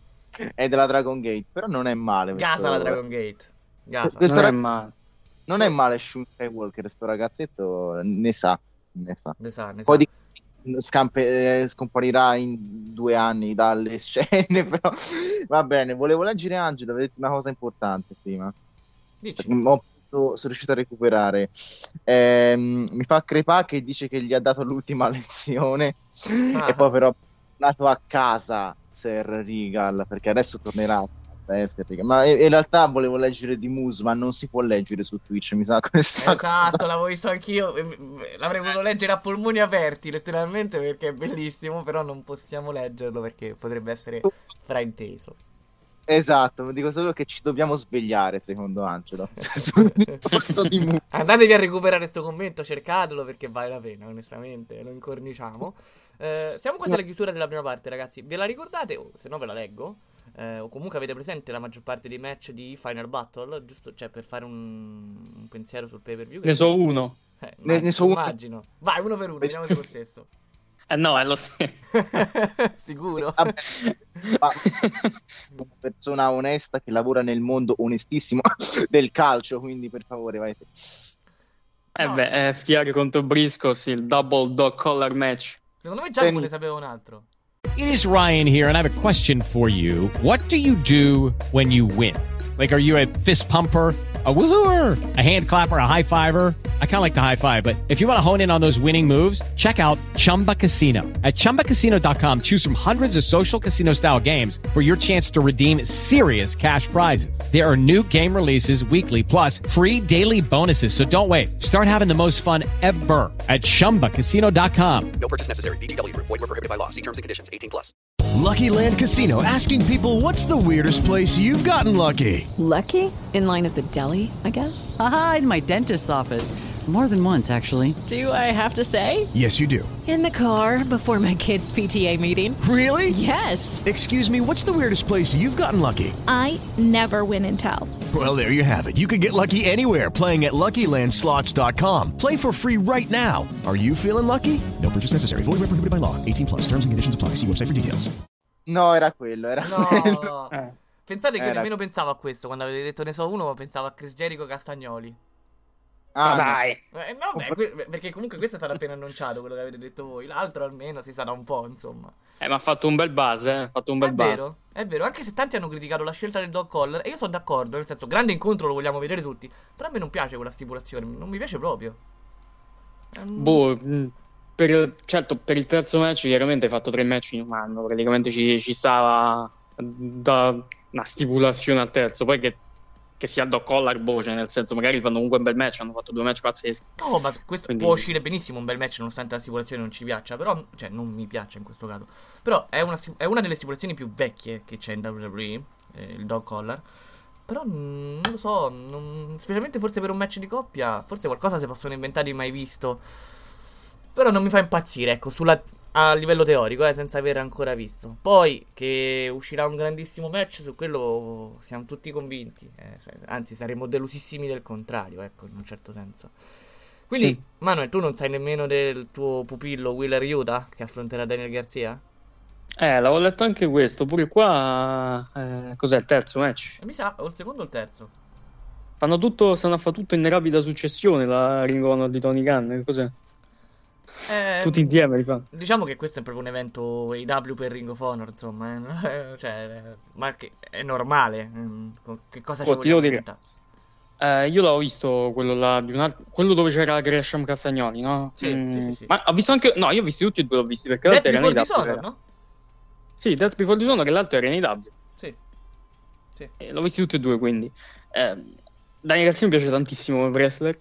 L: è della Dragon Gate, però non è male questo-
F: Gasa la Dragon Gate. Gasa.
L: questo
I: Non è
L: rag-
I: male.
L: non è male Shun Skywalker, sto ragazzetto ne sa, ne sa.
F: Ne sa, ne
L: Poi
F: sa.
L: di scampe- eh, scomparirà in due anni dalle scene, però va bene. Volevo leggere Angelo, avete detto una cosa importante prima.
F: Dici.
L: Ho- sono riuscito a recuperare. Ehm, mi fa crepare che dice che gli ha dato l'ultima lezione
F: Ah.
L: e poi però è tornato a casa Sir Regal, perché adesso tornerà. eh, Sir Regal. Ma in in realtà volevo leggere di Moose, ma non si può leggere su Twitch, mi sa questa
F: Esatto, l'avevo visto anch'io. e- e- L'avrei voluto leggere a polmoni aperti, letteralmente, perché è bellissimo. Però non possiamo leggerlo perché potrebbe essere frainteso.
L: Esatto, dico solo che ci dobbiamo svegliare, secondo Angelo. Sul discorso di Moose.
F: Andatevi a recuperare sto commento, cercatelo perché vale la pena, onestamente. Lo incorniciamo. Eh, siamo quasi alla chiusura della prima parte, ragazzi. Ve la ricordate? O se no ve la leggo. Eh, o comunque avete presente la maggior parte dei match di Final Battle? Giusto, cioè, per fare un, un pensiero sul pay per view.
I: Ne so uno.
F: Eh,
L: Ne- ne so uno.
F: immagino. Vai, uno per uno, vediamo se è lo stesso.
I: Eh no, è lo stesso.
F: Sicuro?
L: Vabbè, ma una persona onesta che lavora nel mondo onestissimo del calcio, quindi per favore vai te.
I: Eh
F: No.
I: beh, F T R contro Briscoes, il double dog collar match.
F: Secondo me Gianni ne sapeva un altro.
C: It is Ryan here, and I have a question for you. What do you do when you win? Like, are you a fist pumper, a woohooer, a hand clapper, a high fiver? I kind of like the high five, but if you want to hone in on those winning moves, check out Chumba Casino. At chumba casino dot com, choose from hundreds of social casino style games for your chance to redeem serious cash prizes. There are new game releases weekly, plus free daily bonuses. So don't wait. Start having the most fun ever at chumba casino dot com.
D: No purchase necessary. V G W Group. Void where prohibited by law. See terms and conditions. eighteen plus.
K: Lucky Land Casino, asking people, what's the weirdest place you've gotten lucky?
M: Lucky? In line at the deli, I guess?
N: Aha, in my dentist's office. More than once, actually.
M: Do I have to say?
K: Yes, you do.
M: In the car before my kids' P T A meeting.
K: Really?
M: Yes.
K: Excuse me, what's the weirdest place you've gotten lucky?
O: I never win and tell.
K: Well, there you have it. You can get lucky anywhere, playing at Lucky Land Slots dot com. Play for free right now. Are you feeling lucky? No purchase necessary. Void where prohibited by law. eighteen plus. Terms and conditions apply. See website for details.
L: No, era quello, era
F: No,
L: quello.
F: no. Pensate che io
L: Era-
F: nemmeno pensavo a questo quando avete detto ne so uno, ma pensavo a Chris Jericho Castagnoli.
L: Ah,
I: Dai.
F: Eh, no, beh, que- perché comunque questo è stato appena annunciato, quello che avete detto voi. L'altro almeno si sarà un po', insomma.
I: Eh, ma ha fatto un bel buzz, eh. Ha fatto un bel
F: È
I: buzz.
F: vero, è vero, anche se tanti hanno criticato la scelta del dog collar, e io sono d'accordo, nel senso, grande incontro lo vogliamo vedere tutti, però a me non piace quella stipulazione, non mi piace proprio. Ehm,
I: Boh, mh, per il- certo, per il terzo match chiaramente hai fatto tre match in un anno, praticamente ci, ci stava da una stipulazione al terzo, poi che, che sia dog collar, boh, cioè nel senso magari fanno comunque un bel match, hanno fatto due match pazzeschi.
F: No, ma questo
I: Quindi-
F: può uscire benissimo un bel match nonostante la stipulazione non ci piaccia, però, cioè, non mi piace in questo caso. Però è una, sti- è una delle stipulazioni più vecchie che c'è in W W E, eh, il dog collar. Però mm, non lo so, non- specialmente forse per un match di coppia, forse qualcosa si possono inventare di mai visto. Però non mi fa impazzire, ecco, sulla, a livello teorico, eh, senza aver ancora visto. Poi che uscirà un grandissimo match, su quello siamo tutti convinti. eh, se- anzi, saremo delusissimi del contrario, ecco, in un certo senso. Quindi,
I: Sì.
F: Manuel, tu non sai nemmeno del tuo pupillo Wheeler Yuta che affronterà Daniel Garcia?
I: Eh, l'avevo letto anche questo, pure qua, eh, cos'è il terzo match?
F: Mi sa, o il secondo o il terzo?
I: Fanno tutto, stanno a fare tutto in rapida successione, la Ring of Honor di Tony Khan, cos'è?
F: Eh,
I: Tutti insieme li fanno.
F: Diciamo che questo è proprio un evento A E W per Ring of Honor, insomma, eh, cioè, eh, ma che è normale. mm, co- Che cosa ci
I: Oh, ti devo
F: vogliamo
I: dire,
F: inventare?
I: Eh, io l'ho visto quello là di un altro, quello dove c'era Gresham Castagnoli, no?
F: Sì,
I: Mm,
F: sì, sì, sì.
I: Ma ho visto anche, no, io ho visti tutti e due, l'ho visti perché
F: Death
I: l'altro era
F: Before
I: nei W.
F: Dishonored,
I: era-
F: no?
I: Sì, Death Before Dishonored, che l'altro era nei W.
F: Sì. Sì.
I: Eh, l'ho visti tutti e due, quindi. Eh, Daniel Garcia mi piace tantissimo come wrestler.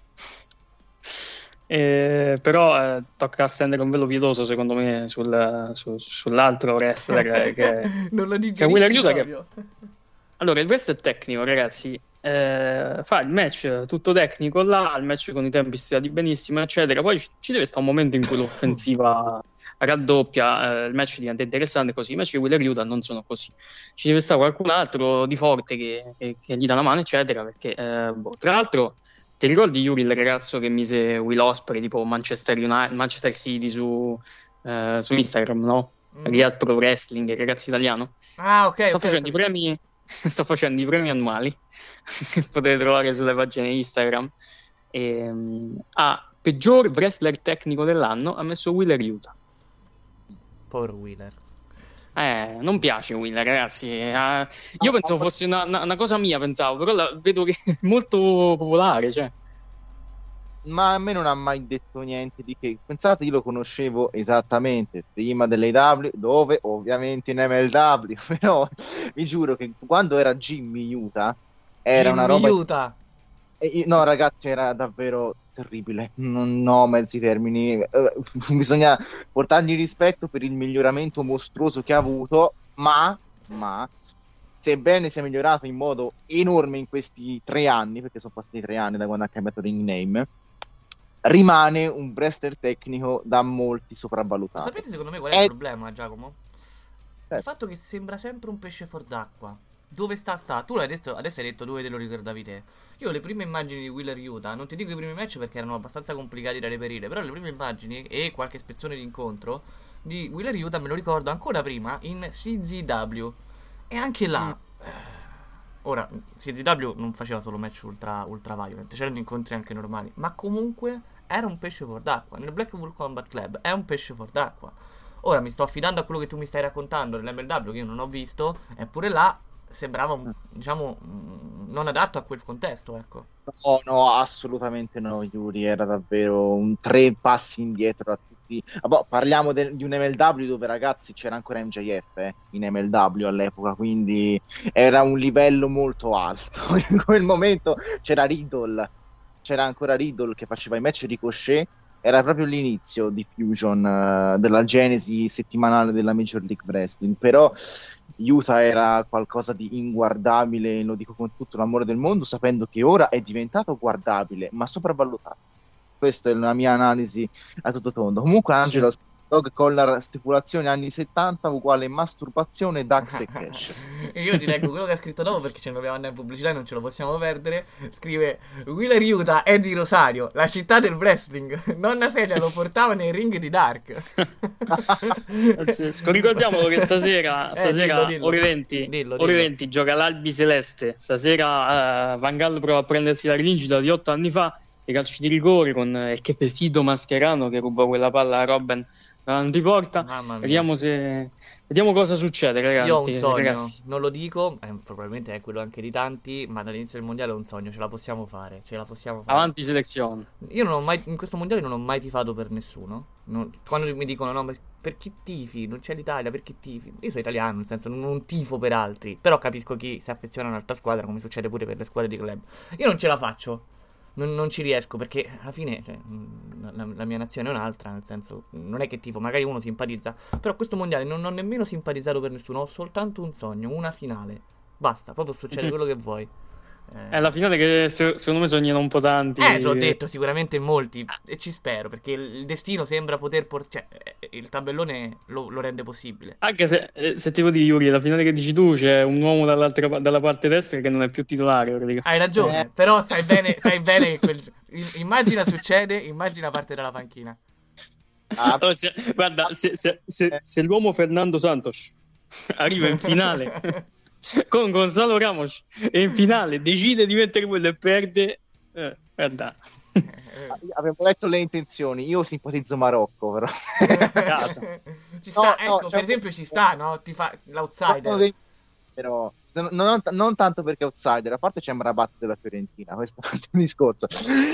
I: Eh, però eh, tocca stendere un velo pietoso secondo me sul, su- sull'altro wrestler che,
F: Non lo
I: che è
F: digerisci
I: Wheeler Yuta, che-
F: proprio.
I: allora il wrestler tecnico, ragazzi, eh, fa il match tutto tecnico là, il match con i tempi stilati benissimo eccetera, poi ci, ci deve stare un momento in cui l'offensiva raddoppia, eh, il match diventa interessante così. I match di Wheeler Yuta non sono così, ci deve stare qualcun altro di forte che, che- che gli dà una mano eccetera, perché eh, boh. Tra l'altro ti ricordi Yuri, il ragazzo che mise Will Ospreay tipo Manchester United, Manchester City su, eh, su Instagram, no?
F: Mm.
I: Real Pro Wrestling, il ragazzo italiano.
F: Ah, ok.
I: sta
F: ok,
I: facendo
F: ok.
I: i premi sta facendo i premi annuali che potete trovare sulle pagine Instagram. E, mm, a peggior wrestler tecnico dell'anno ha messo Wheeler Yuta.
F: Povero Wheeler.
I: Eh, non piace Wheeler, ragazzi. Eh, io pensavo fosse una, una- una cosa mia, pensavo, però la- vedo che è molto popolare, cioè.
L: Ma a me non ha mai detto niente di che. Pensate, io lo conoscevo esattamente prima dell'A E W, dove ovviamente in M L W, però vi giuro che quando era Jimmy Utah era una
F: Jimmy
L: roba.
F: Utah.
L: E io- no, ragazzi, era davvero terribile. Non ho mezzi termini. Eh, bisogna portargli rispetto per il miglioramento mostruoso che ha avuto, ma, ma, sebbene sia migliorato in modo enorme in questi tre anni, perché sono passati tre anni da quando ha cambiato ring name, rimane un wrestler tecnico da molti sopravvalutato.
F: Sapete secondo me qual è
L: È-
F: il problema, Giacomo? Il
L: Certo.
F: fatto che sembra sempre un pesce fuor d'acqua. Dove sta sta? Tu l'hai detto, adesso hai detto dove te lo ricordavi te. Io le prime immagini di Wheeler Yuta, non ti dico i primi match perché erano abbastanza complicati da reperire, però le prime immagini e qualche spezzone di incontro di Wheeler Yuta me lo ricordo ancora prima in C Z W. E anche là eh, ora C Z W non faceva solo match ultra, ultra violent, c'erano incontri anche normali, ma comunque era un pesce fuor d'acqua. Nel Blackpool Combat Club è un pesce fuor d'acqua. Ora mi sto affidando a quello che tu mi stai raccontando nell'M L W che io non ho visto, eppure là sembrava un, diciamo mm, non adatto a quel contesto, ecco.
L: No, no, assolutamente no, Yuri, era davvero un tre passi indietro da tutti. Ah, boh, parliamo de- di un M L W dove, ragazzi, c'era ancora M J F eh, in M L W all'epoca, quindi era un livello molto alto. In quel momento c'era Riddle, c'era ancora Riddle che faceva i match Ricochet, era proprio l'inizio di Fusion, eh, della genesi settimanale della Major League Wrestling, però Utah era qualcosa di inguardabile, lo dico con tutto l'amore del mondo, sapendo che ora è diventato guardabile, ma sopravvalutato. Questa è la mia analisi a tutto tondo. Comunque, Angelo, Dog Collar, stipulazione anni settanta uguale masturbazione, Dax e Cash.
F: E io ti leggo quello che ha scritto dopo perché ce ne dobbiamo andare in pubblicità e non ce lo possiamo perdere. Scrive: Wheeler Yuta è di Rosario, la città del wrestling. Nonna Celia lo portava nei ring di Dark.
I: Pazzesco. Ricordiamolo che stasera,
F: Eh,
I: stasera
F: dillo, dillo.
I: ore venti,
F: Dillo,
I: ore
F: dillo.
I: venti gioca l'Albi Celeste. Stasera eh, Van Gaal prova a prendersi la rivincita di otto anni fa, i calci di rigore con eh, il Chepesito Mascherano che ruba quella palla a Robben davanti porta.
F: Mamma mia.
I: Vediamo se vediamo cosa succede, ragazzi.
F: Io ho un sogno,
I: ragazzi.
F: non lo dico, eh, probabilmente è quello anche di tanti, ma dall'inizio del mondiale è un sogno, ce la possiamo fare, ce la possiamo fare.
I: Avanti selezione.
F: Io non ho mai, in questo mondiale non ho mai tifato per nessuno. Non- quando mi dicono no, ma per chi tifi? Non c'è l'Italia, per chi tifi? Io sono italiano, nel senso non, non tifo per altri, però capisco chi si affeziona a un'altra squadra, come succede pure per le squadre di club. Io non ce la faccio. Non, non ci riesco perché alla fine cioè, mh, la, la mia nazione è un'altra, nel senso non è che tifo, magari uno simpatizza, però questo mondiale non ho nemmeno simpatizzato per nessuno, ho soltanto un sogno, una finale, basta, poi può succedere quello che vuoi.
I: È la finale che se- secondo me sognano un po' tanti.
F: Eh, te l'ho detto, sicuramente molti, e ci spero, perché il il destino sembra poter portare, cioè, eh, il tabellone lo, lo rende possibile.
I: Anche se, eh, se ti vuoi dire, Yuri, la finale che dici tu c'è un uomo dall'altra pa- dalla parte destra che non è più titolare. praticamente.
F: Hai ragione, però sai bene, sai bene che quel... i- immagina succede, immagina parte dalla panchina.
I: Oh, se- guarda, se, se- se- se l'uomo Fernando Santos arriva in finale con Gonzalo Ramos e in finale decide di mettere quello e perde, eh, guarda.
L: Avevo letto le intenzioni, io simpatizzo Marocco, però.
F: Ci sta,
L: No, no,
F: ecco,
L: cioè-
F: per esempio ci sta, no? Ti fa l'outsider.
L: Sono dei- però se non, non tanto perché outsider, a parte c'è Amrabat della Fiorentina, questo è un discorso.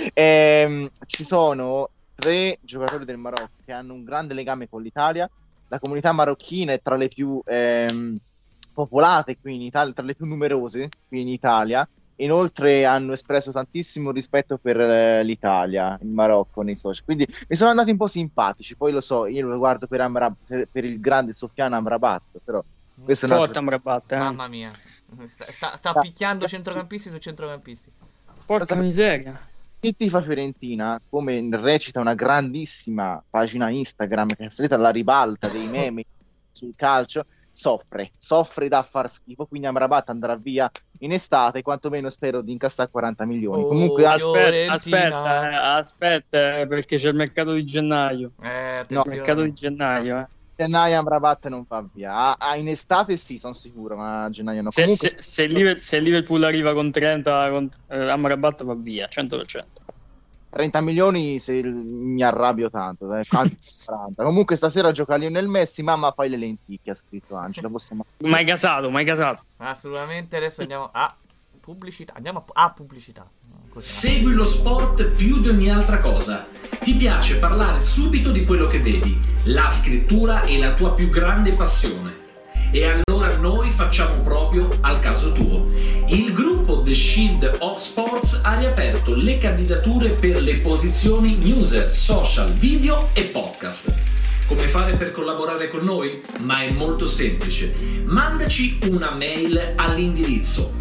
L: Ehm, ci sono tre giocatori del Marocco che hanno un grande legame con l'Italia. La comunità marocchina è tra le più ehm, popolate qui in Italia, tra le più numerose qui in Italia. Inoltre hanno espresso tantissimo rispetto per eh, l'Italia, il Marocco nei social, quindi mi sono andati un po' simpatici. Poi lo so, io lo guardo per, Amrab- per, per il grande Sofiane Amrabat, però questo è un altro...
I: Amrabat, eh.
F: Mamma mia, sta, sta, sta picchiando centrocampisti su centrocampisti.
I: Porca miseria.
L: Chi tifa Fiorentina, come recita una grandissima pagina Instagram che è salita alla ribalta dei meme sul calcio, soffre, soffre da far schifo, quindi Amrabat andrà via in estate, quantomeno spero di incassare quaranta milioni.
F: Oh,
L: Comunque
I: aspetta, aspetta, eh, aspetta, eh, perché c'è il mercato di gennaio.
F: Eh,
L: no,
I: il mercato di gennaio, eh.
L: Gennaio Amrabat non va via. Ah, in estate sì, sono sicuro, ma a gennaio no.
I: Se,
L: Comunque...
I: se, se, Liverpool, se Liverpool arriva con trenta, con, eh, Amrabat va via, cento per cento.
L: trenta milioni se mi arrabbio tanto, eh. quaranta. Comunque stasera gioca Lionel Messi, mamma fai le lenticchie, ha scritto Angela. Possiamo...
I: Mai casato, mai casato.
F: Assolutamente, adesso andiamo a pubblicità, andiamo a, a pubblicità. Così.
P: Segui lo sport più di ogni altra cosa. Ti piace parlare subito di quello che vedi. La scrittura è la tua più grande passione. E allora noi facciamo proprio al caso tuo. Il gruppo The Shield of Sports ha riaperto le candidature per le posizioni newser, social, video e podcast. Come fare per collaborare con noi? Ma è molto semplice. Mandaci una mail all'indirizzo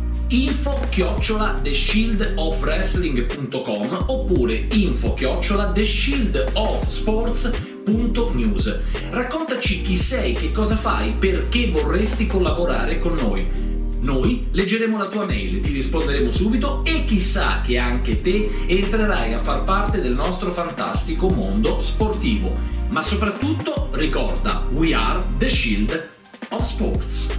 P: info chiocciola the shield of wrestling punto com oppure info chiocciola the shield of sports punto news. Raccontaci chi sei, che cosa fai, perché vorresti collaborare con noi. Noi leggeremo la tua mail, ti risponderemo subito e chissà che anche te entrerai a far parte del nostro fantastico mondo sportivo. Ma soprattutto ricorda, we are the Shield of Sports.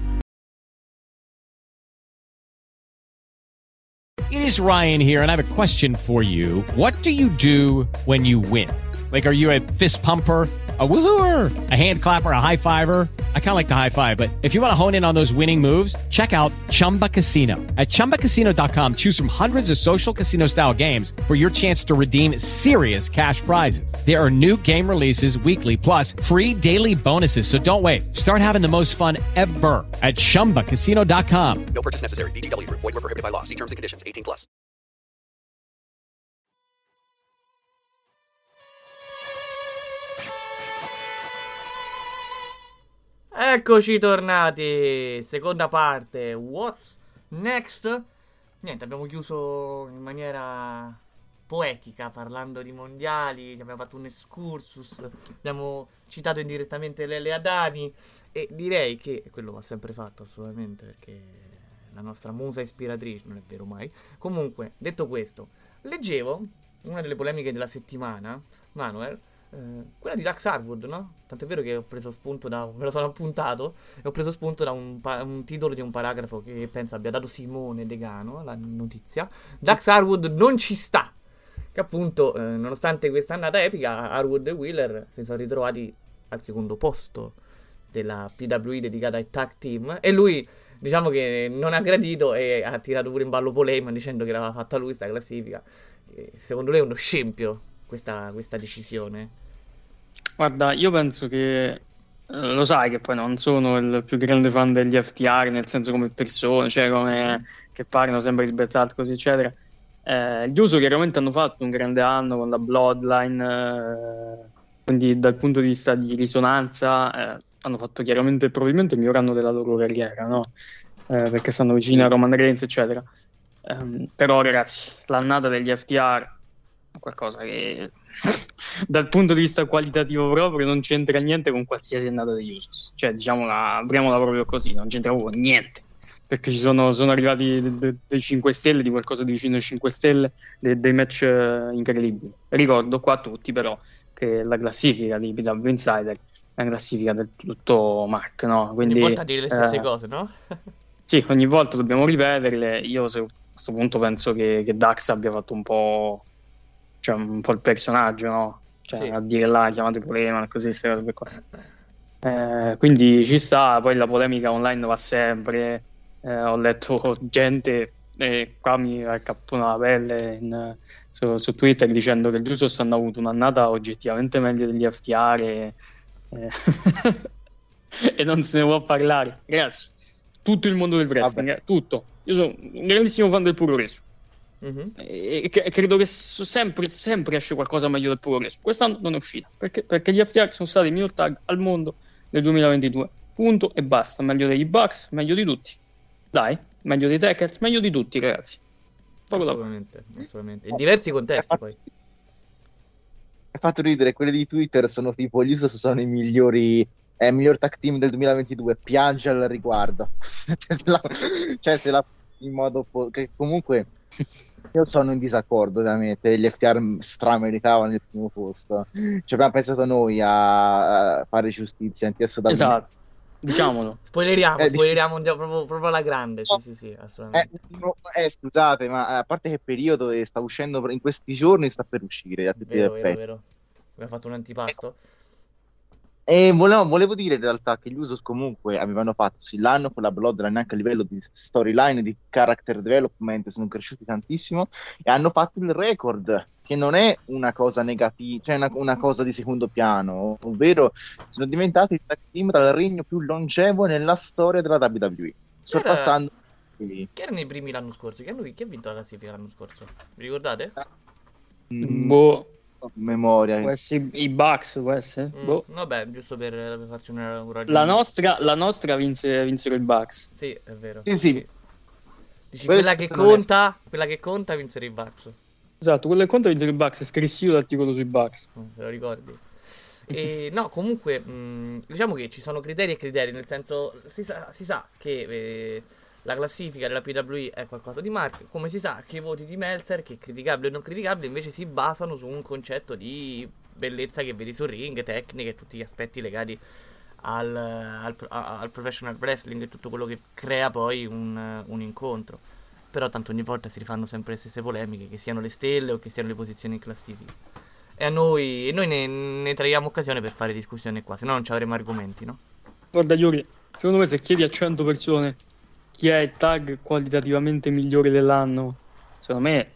C: It is Ryan here, and I have a question for you. What do you do when you win? Like, are you a fist pumper, a woohooer, a hand clapper, a high fiver? I kind of like the high five, but if you want to hone in on those winning moves, check out Chumba Casino. At chumba casino dot com, choose from hundreds of social casino style games for your chance to redeem serious cash prizes. There are new game releases weekly, plus free daily bonuses. So don't wait. Start having the most fun ever at chumba casino dot com.
D: No purchase necessary. V G W. Void where prohibited by law. See terms and conditions. eighteen plus.
F: Eccoci tornati, seconda parte, what's next? Niente, abbiamo chiuso in maniera poetica parlando di mondiali, abbiamo fatto un excursus, abbiamo citato indirettamente Lele Adani e direi che, quello va sempre fatto assolutamente perché la nostra musa ispiratrice, non è vero mai. Comunque, detto questo, leggevo una delle polemiche della settimana, Manuel, Eh, quella di Dax Harwood, no? Tant'è vero che ho preso spunto da, me lo sono appuntato e ho preso spunto da un, pa- un titolo di un paragrafo che penso abbia dato Simone Degano, la notizia. Dax Harwood non ci sta, che appunto, eh, nonostante questa annata epica, Harwood e Wheeler si sono ritrovati al secondo posto della P W I dedicata ai tag team e lui, diciamo che non ha gradito e ha tirato pure in ballo Polema dicendo che l'aveva fatta lui sta classifica. E secondo lui è uno scempio questa, questa decisione.
I: Guarda, io penso che eh, lo sai che poi non sono il più grande fan degli F T R, nel senso come persone, cioè come che parlano sempre di Sbettat, così eccetera. Eh, gli Uso chiaramente hanno fatto un grande anno con la Bloodline, eh, quindi dal punto di vista di risonanza eh, hanno fatto chiaramente probabilmente il miglior anno della loro carriera, no? Eh, perché stanno vicini a Roman Reigns, eccetera. Eh, però ragazzi, l'annata degli F T R è qualcosa che dal punto di vista qualitativo proprio non c'entra niente con qualsiasi annata degli Usos, cioè diciamola, apriamola proprio così, non c'entra proprio niente, perché ci sono, sono arrivati dei de, de cinque stelle, di qualcosa di vicino ai cinque stelle, dei de match uh, incredibili. Ricordo qua a tutti però che la classifica di P W Insider è una classifica del tutto Mark, no? Quindi,
F: ogni volta dire le stesse
I: eh,
F: cose, no?
I: Sì, ogni volta dobbiamo ripeterle. Io se, a questo punto penso che, che Dax abbia fatto un po', cioè un po' il personaggio, no? Cioè sì. A dire là, chiamate problema, così queste cose qua. Eh, quindi ci sta, poi la polemica online va sempre, eh, ho letto gente, e qua mi accappono la pelle in, su, su Twitter dicendo che gli Usos hanno avuto un'annata oggettivamente meglio degli F T R e, e, e non se ne può parlare. Ragazzi, tutto il mondo del wrestling, eh, tutto. Io sono un grandissimo fan del puro reso. Mm-hmm. E, e credo che sempre, sempre esce qualcosa meglio del puro reso. Quest'anno non è uscita perché, perché gli F T R sono stati i miglior tag al mondo nel duemilaventidue, punto e basta. Meglio degli Bucks, meglio di tutti, dai, meglio dei Techers, meglio di tutti, ragazzi. Poco
F: assolutamente, assolutamente. In diversi contesti poi.
L: È fatto ridere, quelli di Twitter sono tipo gli Usos sono i migliori eh, miglior tag team del duemilaventidue, piange al riguardo. Cioè se la in modo po- che comunque io sono in disaccordo, ovviamente gli F T R strameritavano il primo posto, ci abbiamo pensato noi a, a fare giustizia adesso da
I: esatto, diciamolo,
F: spoileriamo,
L: eh,
F: spoileriamo dic- proprio, proprio alla grande, sì sì sì, assolutamente.
L: Eh, no, eh, scusate, ma a parte che periodo e sta uscendo in questi giorni, sta per uscire, a tutti
F: vero,
L: gli
F: vero,
L: effetti.
F: vero. Abbiamo fatto un antipasto.
L: E volevo, volevo dire in realtà che gli Usos comunque avevano fatto sì l'anno con la Bloodline anche a livello di storyline, di character development, sono cresciuti tantissimo e hanno fatto il record, che non è una cosa negativa, cioè una, una cosa di secondo piano, ovvero sono diventati il tag team dal regno più longevo nella storia della W W E, sorpassando
F: chi erano i primi l'anno scorso? Chi, hanno, chi ha vinto la classifica l'anno scorso? Vi ricordate?
L: Mm,
I: boh
L: memoria
I: questi, i Bucks questi?
F: Mm,
I: boh.
F: Vabbè, giusto per, per farci una, un ragionamento.
I: La nostra, la nostra vinse, vinsero i Bucks.
F: Sì, è vero.
L: Sì, sì.
F: Dici, quella che conta, quella che conta vinsero i Bucks.
I: Esatto, quello che conta vinsero i Bucks. Scrissi io l'articolo sui Bucks.
F: Oh, te lo ricordi? E, no, comunque, mh, diciamo che ci sono criteri e criteri, nel senso, si sa, si sa che eh, la classifica della P W E è qualcosa di marchio, come si sa che i voti di Meltzer, che criticabili o non criticabili, invece si basano su un concetto di bellezza che vedi sul ring, tecniche e tutti gli aspetti legati al, al, al professional wrestling e tutto quello che crea poi un, un incontro. Però tanto ogni volta si rifanno sempre le stesse polemiche, che siano le stelle o che siano le posizioni in classifica. E a noi, e noi ne, ne traiamo occasione per fare discussione qua, se no non ci avremo argomenti, no?
I: Guarda Yuri, secondo me se chiedi a cento persone chi è il tag qualitativamente migliore dell'anno, secondo me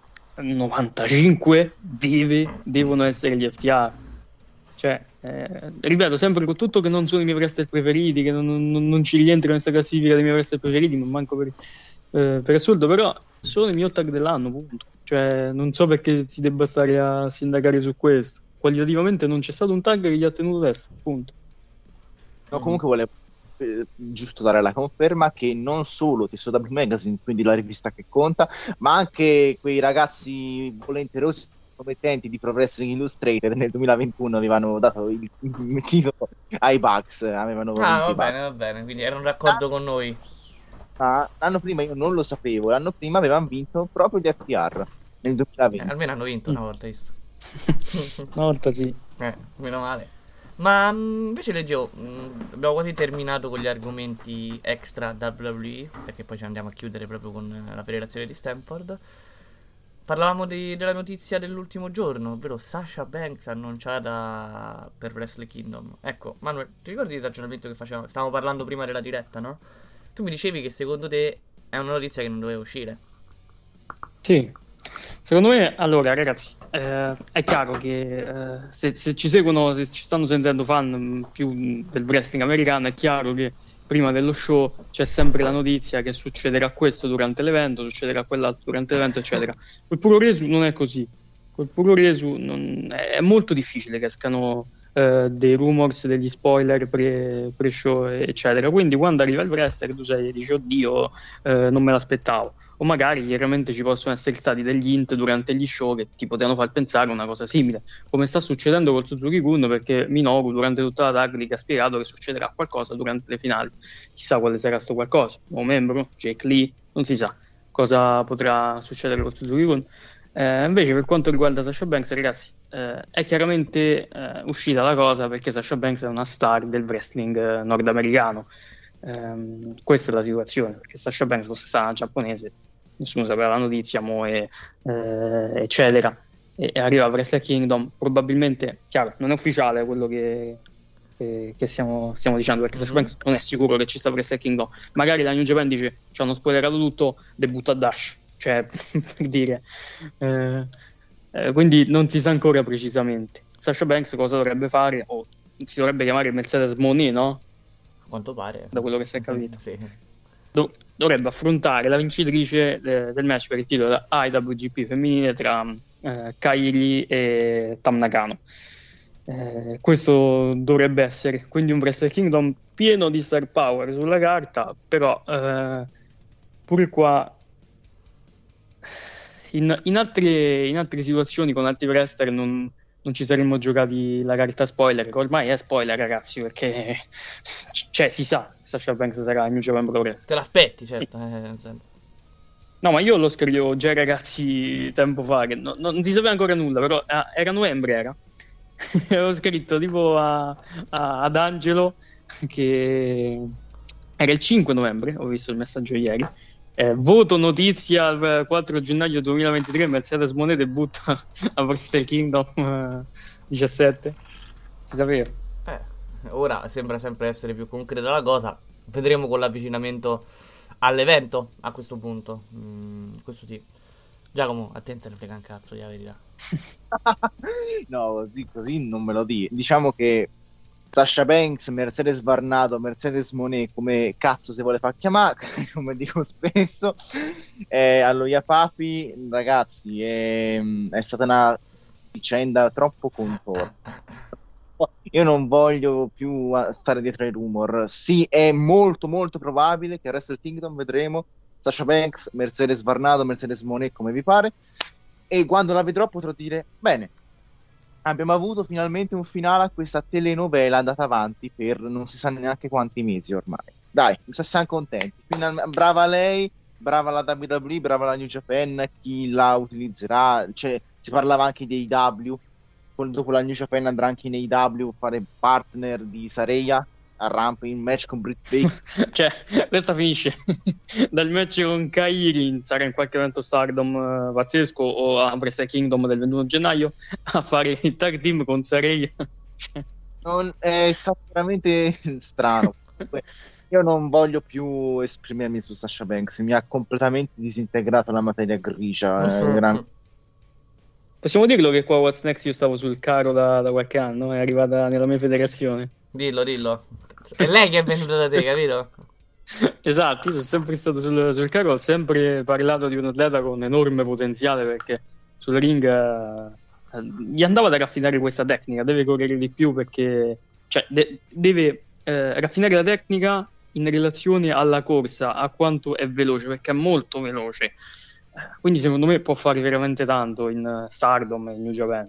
I: novantacinque deve, devono essere gli F T R. Cioè, eh, ripeto, sempre con tutto che non sono i miei wrestler preferiti, che non, non, non ci rientrano in questa classifica dei miei wrestler preferiti, ma manco per, eh, per assurdo, però sono il miglior tag dell'anno, punto. Cioè, non so perché si debba stare a sindacare su questo. Qualitativamente non c'è stato un tag che gli ha tenuto testa, punto.
L: No, comunque volevo eh, giusto dare la conferma che non solo T S W Magazine, quindi la rivista che conta, ma anche quei ragazzi volenterosi promettenti di Pro Wrestling Illustrated nel duemilaventuno avevano dato il, il titolo ai Bucks, avevano
F: ah va bene va bene, quindi erano d'accordo ah. con noi.
L: Ah, l'anno prima io non lo sapevo, l'anno prima avevano vinto proprio gli F T R nel duemilaventi.
F: Eh, almeno hanno vinto una volta, visto.
I: Una volta sì.
F: Eh, meno male. Ma mh, invece leggevo, mh, abbiamo quasi terminato con gli argomenti extra W W E, perché poi ci andiamo a chiudere proprio con la federazione di Stanford. Parlavamo di, della notizia dell'ultimo giorno, ovvero Sasha Banks annunciata per Wrestle Kingdom. Ecco, Manuel, ti ricordi il ragionamento che facevamo? Stavamo parlando prima della diretta, no? Tu mi dicevi che secondo te è una notizia che non doveva uscire.
I: Sì, secondo me, allora ragazzi, eh, è chiaro che eh, se, se ci seguono, se ci stanno sentendo fan più del wrestling americano, è chiaro che prima dello show c'è sempre la notizia che succederà questo durante l'evento, succederà quell'altro durante l'evento, eccetera. Col puro resu non è così. Col puro resu non, è molto difficile che escano eh, dei rumors, degli spoiler pre, pre-show, eccetera. Quindi quando arriva il wrestler tu sei, dici oddio, eh, non me l'aspettavo. O magari chiaramente ci possono essere stati degli hint durante gli show che ti potevano far pensare una cosa simile, come sta succedendo col Suzuki-Gun, perché Minoru durante tutta la tag league ha spiegato che succederà qualcosa durante le finali. Chissà quale sarà sto qualcosa, nuovo membro, Jake Lee, non si sa cosa potrà succedere col Suzuki-Gun. Eh, invece per quanto riguarda Sasha Banks, ragazzi, eh, è chiaramente eh, uscita la cosa perché Sasha Banks è una star del wrestling eh, nordamericano. Um, questa è la situazione, perché Sasha Banks fosse stata giapponese, nessuno sapeva la notizia, mo e, eh, eccetera, e, e arriva a Wrestle Kingdom, probabilmente, chiaro, non è ufficiale quello che, che, che stiamo, stiamo dicendo, perché Sasha Banks non è sicuro che ci sta per Wrestle Kingdom. Magari la New Japan dice ci hanno spoilerato tutto, debutta a Dash, cioè per dire eh, eh, quindi non si sa ancora precisamente Sasha Banks cosa dovrebbe fare, o si dovrebbe chiamare Mercedes Moné, no?
F: A quanto pare,
I: da quello che si è capito.
F: Sì.
I: Do- dovrebbe affrontare la vincitrice de- del match per il titolo I W G P femminile tra eh, Kairi e Tam Nakano. Eh, questo dovrebbe essere quindi un Wrestle Kingdom pieno di star power sulla carta, però eh, pure qua in, in, altre, in altre situazioni con altri wrestler non, non ci saremmo giocati la carta spoiler, che ormai è spoiler, ragazzi, perché cioè si sa Sasha Banks sarà New Japan Pro Wrestling.
F: Te l'aspetti, certo, eh, nel senso.
I: No, ma io lo scrivo già, ragazzi, tempo fa, che no, non si sapeva ancora nulla, però eh, era novembre, era. Avevo scritto tipo a, a, ad Angelo che era il cinque novembre, ho visto il messaggio ieri. Eh, voto notizia il quattro gennaio duemilaventitré, Mercedes Moné debutta a Wrestle Kingdom eh, diciassette. Si sapeva.
F: Eh, ora sembra sempre essere più concreta la cosa. Vedremo con l'avvicinamento all'evento a questo punto. Mm, questo sì. Giacomo, attento, ne frega un cazzo, di la verità.
L: No, così, così non me lo di. Diciamo che Sasha Banks, Mercedes Varnado, Mercedes Moné, come cazzo si vuole far chiamare, come dico spesso, eh, allo Yapapi, ragazzi, è, è stata una vicenda troppo contorta. Io non voglio più stare dietro ai rumor. Sì, è molto molto probabile che a Wrestle Kingdom vedremo Sasha Banks, Mercedes Varnado, Mercedes Moné, come vi pare, e quando la vedrò potrò dire bene, abbiamo avuto finalmente un finale a questa telenovela andata avanti per non si sa neanche quanti mesi ormai. Dai, siamo contenti. Final... Brava lei, brava la W W E, brava la New Japan, chi la utilizzerà. Cioè, si parlava anche di A E W. Dopo la New Japan andrà anche in A E W a fare partner di Saraya a Ramp in match con Britt Baker.
I: Cioè, questa finisce dal match con Kairi, sarà in qualche evento Stardom uh, pazzesco, o a Wrestle Kingdom del ventuno gennaio, a fare il tag team con Saraya.
L: Non, è stato veramente strano. Io non voglio più esprimermi su Sasha Banks, mi ha completamente disintegrato la materia grigia. Eh, gran...
I: Possiamo dirlo che qua What's Next io stavo sul carro da, da qualche anno, è arrivata nella mia federazione.
F: Dillo, dillo. È lei che è venuta da te, capito?
I: Esatto, io sono sempre stato sul, sul carro, ho sempre parlato di un atleta con enorme potenziale, perché sul ring eh, gli andava da raffinare questa tecnica, deve correre di più perché cioè de- deve eh, raffinare la tecnica in relazione alla corsa, a quanto è veloce, perché è molto veloce. Quindi secondo me può fare veramente tanto in Stardom e in New Japan.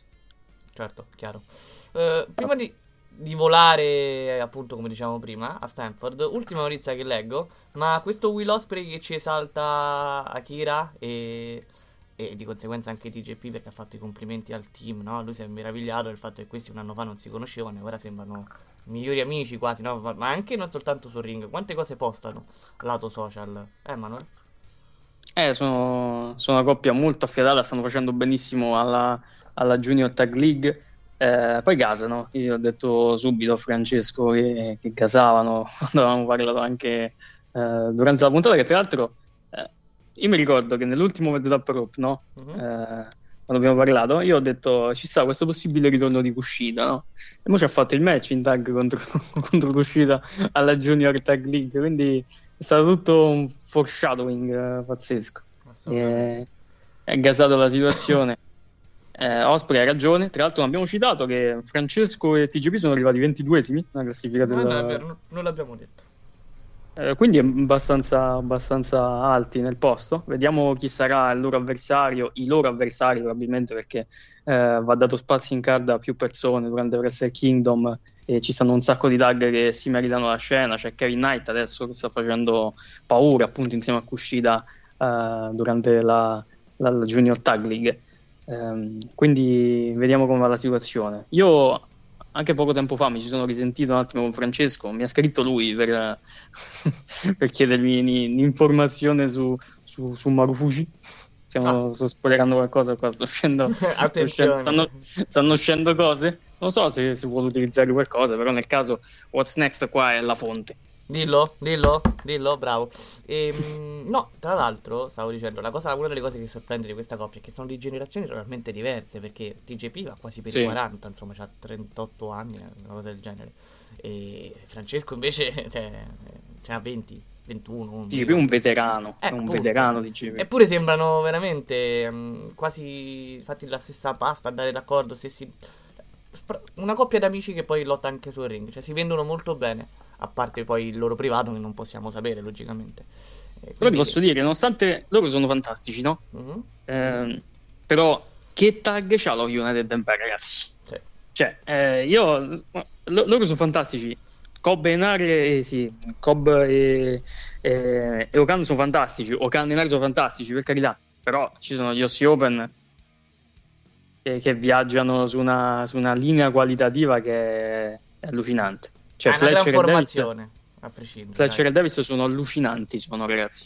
F: Certo, chiaro. Uh, prima di, di volare, appunto, come dicevamo prima, a Stanford, ultima notizia che leggo, ma questo Will Ospreay che ci esalta Akira e, e di conseguenza anche T J P, perché ha fatto i complimenti al team, no? Lui si è meravigliato del fatto che questi un anno fa non si conoscevano e ora sembrano migliori amici quasi, no? Ma anche non soltanto sul ring. Quante cose postano lato social, eh Manuel?
I: Eh, sono, sono una coppia molto affiatata, stanno facendo benissimo alla, alla Junior Tag League. Eh, poi gasano, io ho detto subito a Francesco che, che gasavano, quando avevamo parlato anche eh, durante la puntata, che tra l'altro eh, io mi ricordo che nell'ultimo World Up Rope, no? Uh-huh. Eh, quando abbiamo parlato, io ho detto ci sta questo possibile ritorno di Kushida, no? E mo ci ha fatto il match in tag contro, contro Kushida alla Junior Tag League, quindi è stato tutto un foreshadowing uh, pazzesco. E, è gasato la situazione. eh, Ospreay ha ragione. Tra l'altro non abbiamo citato che Francesco e T G P sono arrivati ventiduesimi nella classifica
F: no,
I: del...
F: no, è vero, non l'abbiamo detto.
I: Eh, quindi abbastanza, abbastanza alti nel posto. Vediamo chi sarà il loro avversario, i loro avversari probabilmente, perché eh, va dato spazio in card a più persone durante Wrestle Kingdom e ci stanno un sacco di tag che si meritano la scena. C'è Kevin Knight adesso che sta facendo paura appunto insieme a Kushida eh, durante la, la, la Junior Tag League. Eh, quindi vediamo come va la situazione. Io anche poco tempo fa mi ci sono risentito un attimo con Francesco, mi ha scritto lui per, per chiedermi un'informazione su, su, su Marufuji, Stiamo ah. sto spoilerando qualcosa qua, sto uscendo,
F: Attenzione.
I: stanno, stanno uscendo cose. Non so se si vuole utilizzare qualcosa, però nel caso What's Next qua è la fonte.
F: Dillo, dillo, dillo, bravo. Ehm, no, tra l'altro, stavo dicendo, la cosa, una delle cose che sorprende di questa coppia è che sono di generazioni totalmente diverse, perché T J P va quasi per i
I: Sì.
F: quaranta, insomma, ha trentotto anni, una cosa del genere. E Francesco invece, cioè, ha venti, ventuno.
I: T J P è un veterano,
F: Eh,
I: è un
F: appunto.
I: veterano di T J P.
F: Eppure sembrano veramente mh, quasi fatti la stessa pasta, andare d'accordo, stessi... spra- una coppia d'amici che poi lotta anche sul ring, cioè si vendono molto bene. A parte poi il loro privato che non possiamo sapere, logicamente. Eh, quindi...
I: Però vi posso dire, nonostante loro sono fantastici, no?
F: Mm-hmm.
I: Eh, però che tag c'ha lo United Empire, ragazzi?
F: Sì.
I: Cioè, eh, io lo- loro sono fantastici. Cobb e Nare, eh, sì, Cobb e, e, e Okan sono fantastici. Okan e Nare sono fantastici, per carità. Però ci sono gli Aussie Open che, che viaggiano su una, su una linea qualitativa che è allucinante. Cioè,
F: è una gran
I: Fletcher e Davis,
F: formazione, a prescindere.
I: Fletcher
F: dai.
I: e Davis sono allucinanti, sono ragazzi.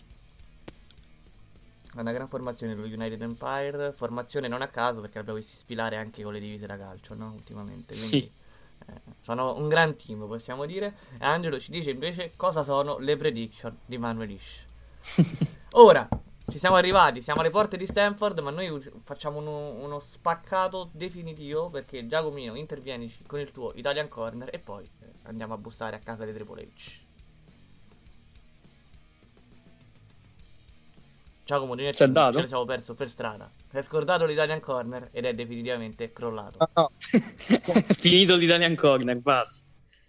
F: È una gran formazione lo United Empire, formazione non a caso perché l'abbiamo visti sfilare anche con le divise da calcio, no? Ultimamente. Quindi,
I: Sì.
F: eh, sono un gran team, possiamo dire. E Angelo ci dice invece cosa sono le prediction di Manuel Ish. Ora, ci siamo arrivati, siamo alle porte di Stanford, ma noi us- facciamo uno, uno spaccato definitivo perché Giacomino intervienici con il tuo Italian Corner e poi eh, andiamo a bussare a casa di Triple H. Giacomo, noi
I: Si è
F: ce
I: dato?
F: ne siamo perso per strada. Si è scordato l'Italian Corner ed è definitivamente crollato.
L: No, no.
I: Finito l'Italian Corner, basta.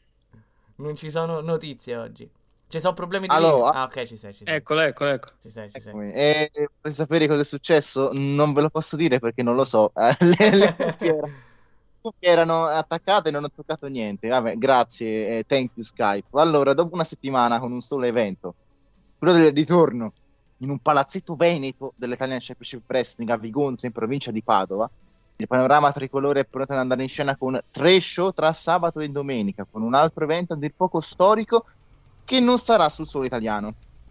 F: Non ci sono notizie oggi. Ci sono problemi di
L: Allora?
F: linea. Ah, ok, ci sei, ci sei.
I: Eccolo, eccolo, ecco.
F: Ci sei, ci sei.
L: Eccomi. E per sapere cosa è successo, non ve lo posso dire perché non lo so. Eh, le, le cuffie erano, le cuffie erano attaccate e non ho toccato niente. Vabbè, grazie, eh, thank you Skype. Allora, dopo una settimana con un solo evento, quello del ritorno in un palazzetto veneto dell'Italian Championship Wrestling a Vigonza in provincia di Padova, il panorama tricolore è pronto ad andare in scena con tre show tra sabato e domenica, con un altro evento a dir poco storico che non sarà sul suolo italiano,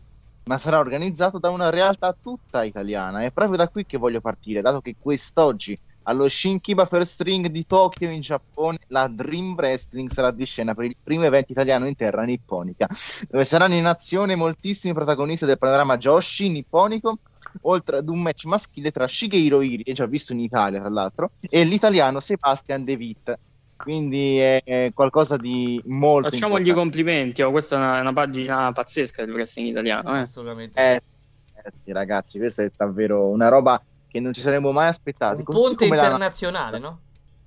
L: ma sarà organizzato da una realtà tutta italiana. È proprio da qui che voglio partire, dato che quest'oggi allo Shinkiba First Ring di Tokyo in Giappone la Dream Wrestling sarà di scena per il primo evento italiano in terra nipponica, dove saranno in azione moltissimi protagonisti del panorama Joshi nipponico, oltre ad un match maschile tra Shigeru Iri, già visto in Italia tra l'altro, e l'italiano Sebastian De Witt. Quindi è qualcosa di molto
I: Facciamogli
L: importante.
I: complimenti, oh, questa è una, una pagina pazzesca del wrestling italiano. Eh.
F: Assolutamente.
L: Eh, eh, sì, ragazzi, questa è davvero una roba che non ci saremmo mai aspettati.
F: Un
L: Così
F: ponte
L: come la-
F: internazionale, no?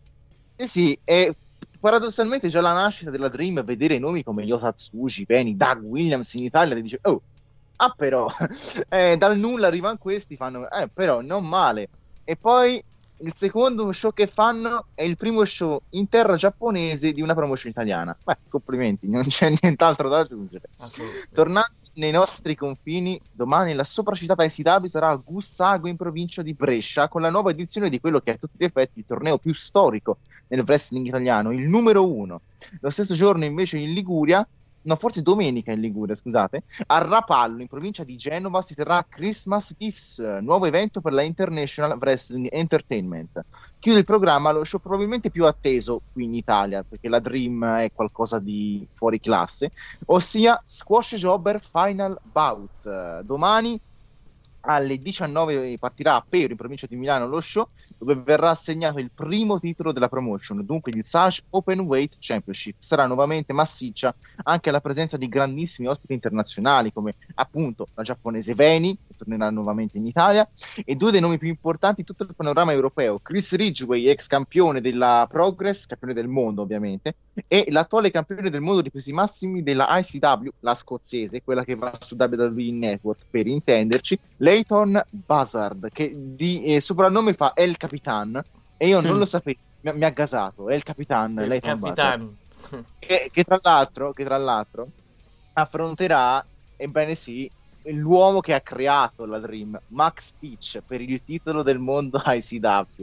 L: Eh sì, e paradossalmente già la nascita della Dream, vedere nomi come Yosatsushi, Penny, Doug Williams in Italia, ti dice, oh, ah però, eh, dal nulla arrivano questi, fanno, eh però, non male. E poi il secondo show che fanno è il primo show in terra giapponese di una promotion italiana. Beh, complimenti, non c'è nient'altro da aggiungere. Tornando nei nostri confini, domani la sopracitata I C W sarà a Gussago in provincia di Brescia con la nuova edizione di quello che è a tutti gli effetti il torneo più storico nel wrestling italiano, il numero uno. Lo stesso giorno invece in Liguria, no forse domenica in Liguria, scusate, a Rapallo in provincia di Genova si terrà Christmas Gifts, nuovo evento per la International Wrestling Entertainment. Chiude il programma lo show probabilmente più atteso qui in Italia, perché la Dream è qualcosa di fuori classe, ossia Squash Jobber Final Bout. Domani alle diciannove partirà a Pero in provincia di Milano lo show, dove verrà assegnato il primo titolo della promotion, dunque il Sage Openweight Championship. Sarà nuovamente massiccia anche la presenza di grandissimi ospiti internazionali come appunto la giapponese Veni, che tornerà nuovamente in Italia, e due dei nomi più importanti in tutto il panorama europeo, Chris Ridgway, ex campione della Progress, campione del mondo ovviamente, e l'attuale campione del mondo di pesi massimi della I C W, la scozzese, quella che va su W W E Network per intenderci, Leighton Buzzard, che di eh, soprannome fa El Capitan, e io non
F: Mm.
L: lo sapevo, mi, mi ha gasato, è il Capitan,
F: Il
L: Leighton Buzzard,
F: capitano.
L: che, che tra l'altro, che tra l'altro affronterà, ebbene sì, l'uomo che ha creato la Dream, Max Peach, per il titolo del mondo I C W.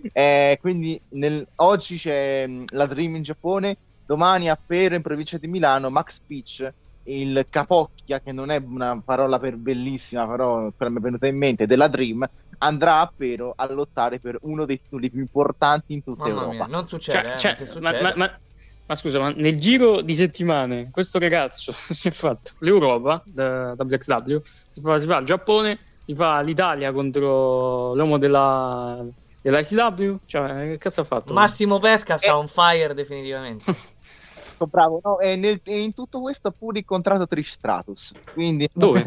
L: Eh, quindi nel- oggi c'è mh, la Dream in Giappone, domani a Pero in provincia di Milano, Max Peach, il capocchia, che non è una parola per bellissima, però quella mi è venuta in mente, della Dream, andrà però a lottare per uno dei titoli più importanti in tutta
F: Mamma
L: Europa.
F: mia, non succede,
I: Cioè,
F: eh,
I: cioè,
F: ma se
I: ma,
F: succede...
I: ma, ma, ma scusa, ma nel giro di settimane questo ragazzo si è fatto l'Europa da, da W X W, si fa, si fa il Giappone, si fa l'Italia contro l'uomo della, della I C W, cioè che cazzo ha fatto?
F: Massimo Pesca sta
L: Eh.
F: on fire definitivamente.
L: Bravo, no? E, nel- e in tutto questo ha pure incontrato Trish Stratus. Quindi...
I: Dove?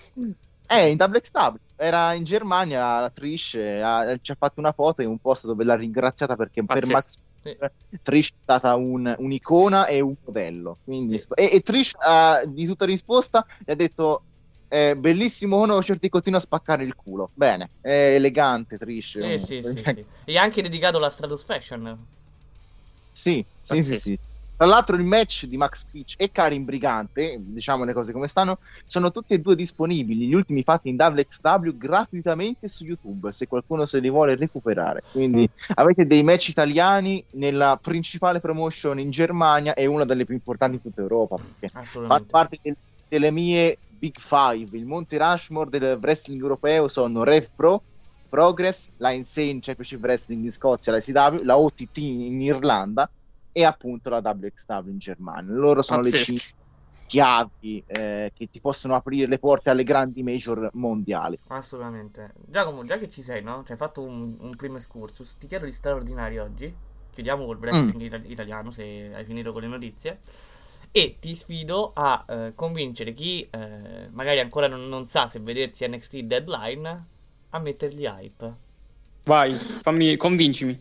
L: Eh, in W X W. Era in Germania, la Trish eh, ha- ci ha fatto una foto in un post dove l'ha ringraziata perché per
I: Pazzesco.
L: Max
F: Sì.
L: Trish è stata un- un'icona e un modello. Quindi, e, e Trish ha, di tutta risposta gli ha detto eh, bellissimo conoscerti, continua a spaccare il culo. Bene, è elegante Trish.
F: Sì, sì, sì, sì. E ha anche dedicato la Stratus Fashion.
L: Sì, sì, sì, sì. Tra l'altro il match di Max Pitch e Karin Brigante, diciamo le cose come stanno, sono tutti e due disponibili, gli ultimi fatti in W X W gratuitamente su YouTube, se qualcuno se li vuole recuperare. Quindi avete dei match italiani nella principale promotion in Germania e una delle più importanti in tutta Europa, perché fa
F: Assolutamente.
L: parte del- delle mie Big Five. Il Monte Rushmore del wrestling europeo sono Rev Pro, Progress, la Insane Championship Wrestling in Scozia, la I C W, la O T T in Irlanda e appunto la W X W in Germania. Loro sono le
I: Pazzesco.
L: cinque chiavi eh, che ti possono aprire le porte alle grandi major mondiali.
F: Assolutamente. Giacomo, già che ci sei, no? Ci hai fatto un, un primo excursus. Ti chiedo di straordinari oggi. Chiudiamo col wrestling
L: Mm.
F: ita- italiano, se hai finito con le notizie. E ti sfido a eh, convincere chi eh, magari ancora non, non sa se vedersi N X T Deadline a mettergli hype.
I: Vai, fammi, convincimi.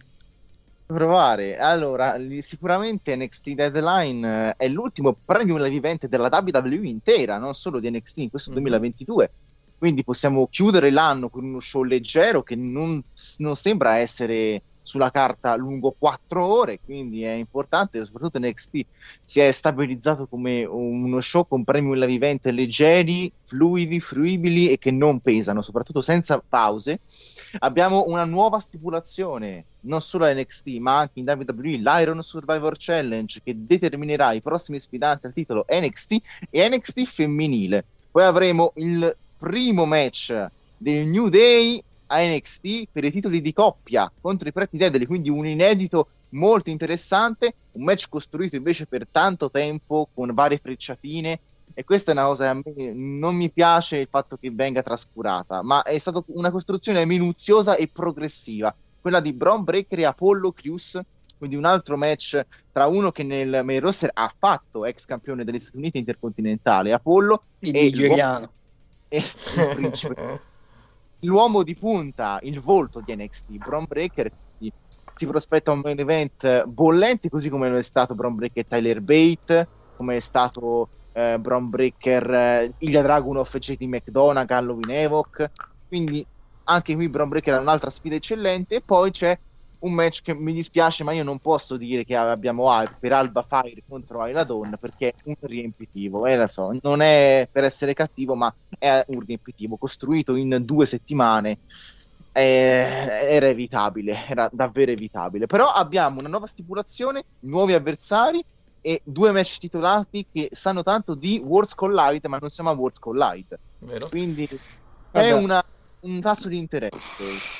L: Provare. Allora, li- sicuramente N X T Deadline eh, è l'ultimo premium vivente della W W E intera, non solo di N X T in questo
F: Mhm.
L: duemilaventidue. Quindi possiamo chiudere l'anno con uno show leggero che non, non sembra essere sulla carta lungo quattro ore, quindi è importante, soprattutto N X T si è stabilizzato come uno show con premium vivente leggeri, fluidi, fruibili e che non pesano, soprattutto senza pause. Abbiamo una nuova stipulazione, non solo a N X T, ma anche in W W E, l'Iron Survivor Challenge, che determinerà i prossimi sfidanti al titolo N X T e N X T femminile. Poi avremo il primo match del New Day a N X T per i titoli di coppia contro i Pretty Deadly, quindi un inedito molto interessante, un match costruito invece per tanto tempo con varie frecciatine. E questa è una cosa che a me non mi piace, il fatto che venga trascurata, ma è stata una costruzione minuziosa e progressiva, quella di Bron Breakker e Apollo Crews, quindi un altro match tra uno che nel main roster ha fatto ex campione degli Stati Uniti intercontinentale, Apollo,
I: Il
L: e
I: nigeriano.
L: e il principe, l'uomo di punta, il volto di N X T, Bron Breakker. Quindi si prospetta un main event bollente, così come lo è stato Bron Breakker e Tyler Bate, come è stato eh, Bron Breakker, eh, Ilya Dragunov e J T McDonagh, Halloween Evoc. Quindi anche qui Bron Breakker ha un'altra sfida eccellente. E poi c'è un match che mi dispiace, ma io non posso dire che abbiamo hype per Alba Fire contro Ayla Dawn, perché è un riempitivo, eh, lo so, non è per essere cattivo, ma è un riempitivo costruito in due settimane. eh, Era evitabile, era davvero evitabile. Però abbiamo una nuova stipulazione, nuovi avversari e due match titolati che sanno tanto di Worlds Collide, ma non siamo a Worlds Collide.
F: Vero?
L: Quindi è
I: Vabbè.
L: una, un tasso di interesse.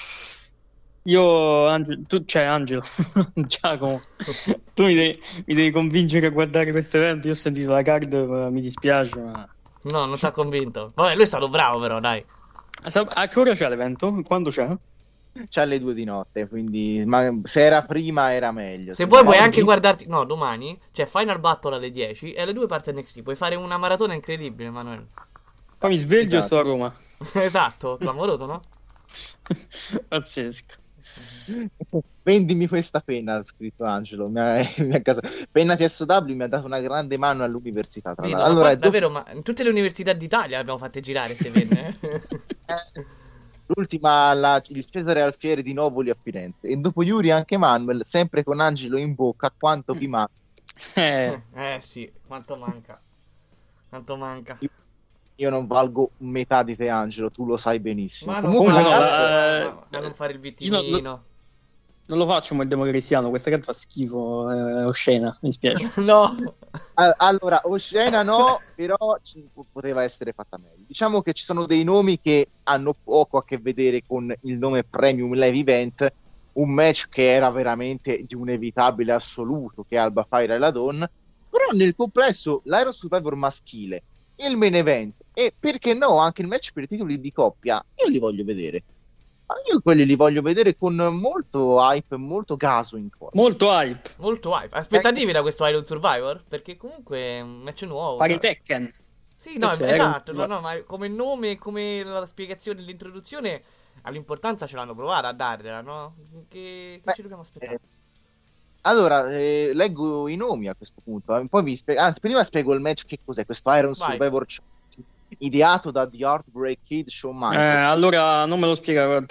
I: Io, Angelo, tu, cioè Angelo, Giacomo, tu mi devi, mi devi convincere a guardare questo evento. Io ho sentito la card, ma mi dispiace, ma...
F: No, non ti ha convinto. Vabbè, lui è stato bravo però, dai.
I: A che ora c'è l'evento? Quando c'è?
L: C'è alle due di notte, quindi ma se era prima era meglio.
F: Se vuoi puoi
L: Oggi-
F: anche guardarti... No, domani c'è Final Battle alle dieci e alle due parte N X T. Puoi fare una maratona incredibile, Emanuele.
I: Poi mi sveglio e
L: Esatto.
I: sto a Roma.
F: Esatto, clamoroso, no?
I: Pazzesco.
L: Vendimi questa penna, ha scritto Angelo. Mi ha, mi ha casa... Penna T S W mi ha dato una grande mano all'università. Tra
F: Sì, no,
L: l'altro.
F: ma
L: Allora,
F: qua-
L: è do-
F: davvero, ma in tutte le università d'Italia le abbiamo fatte girare se venne. eh.
L: l'ultima, la, il Cesare Alfieri di Novoli a Firenze. E dopo Yuri anche Manuel, sempre con Angelo in bocca, quanto vi manca.
I: Eh,
F: Eh sì, quanto manca. Quanto manca.
L: Io non valgo metà di te, Angelo, tu lo sai benissimo.
F: Ma non,
L: Comunque,
F: fare,
I: no,
F: ma-
I: la-
F: ma- ma non fare il
I: io non-
F: vittimino.
I: Non lo faccio come il democristiano, questa carta fa schifo, è oscena, mi spiace.
F: No.
L: Allora, oscena no, però ci poteva essere fatta meglio. Diciamo che ci sono dei nomi che hanno poco a che vedere con il nome Premium Live Event, un match che era veramente di un evitabile assoluto, che è Alba Fire e la Dawn, però nel complesso l'Aero Survivor maschile, il main event e perché no anche il match per i titoli di coppia, io li voglio vedere. Ma io quelli li voglio vedere con molto hype e molto gaso in corso.
I: Molto hype.
F: Molto hype. Aspettative da questo Iron Survivor? Perché comunque è un match nuovo.
I: Pari Tekken.
F: Sì, no,
I: Questo
F: esatto.
I: è-
F: No, no, ma come nome, come la spiegazione, l'introduzione, all'importanza ce l'hanno provata a dargliela, no? Che, che ci dobbiamo aspettare?
L: Allora, eh, leggo i nomi a questo punto, eh, poi vi spiego, anzi, prima spiego il match che cos'è, questo Iron
F: Vai.
L: Survivor Challenge, ideato da The Heartbreak Kid Shawn
I: Eh,
L: Michaels.
I: allora non me lo spiega, guarda.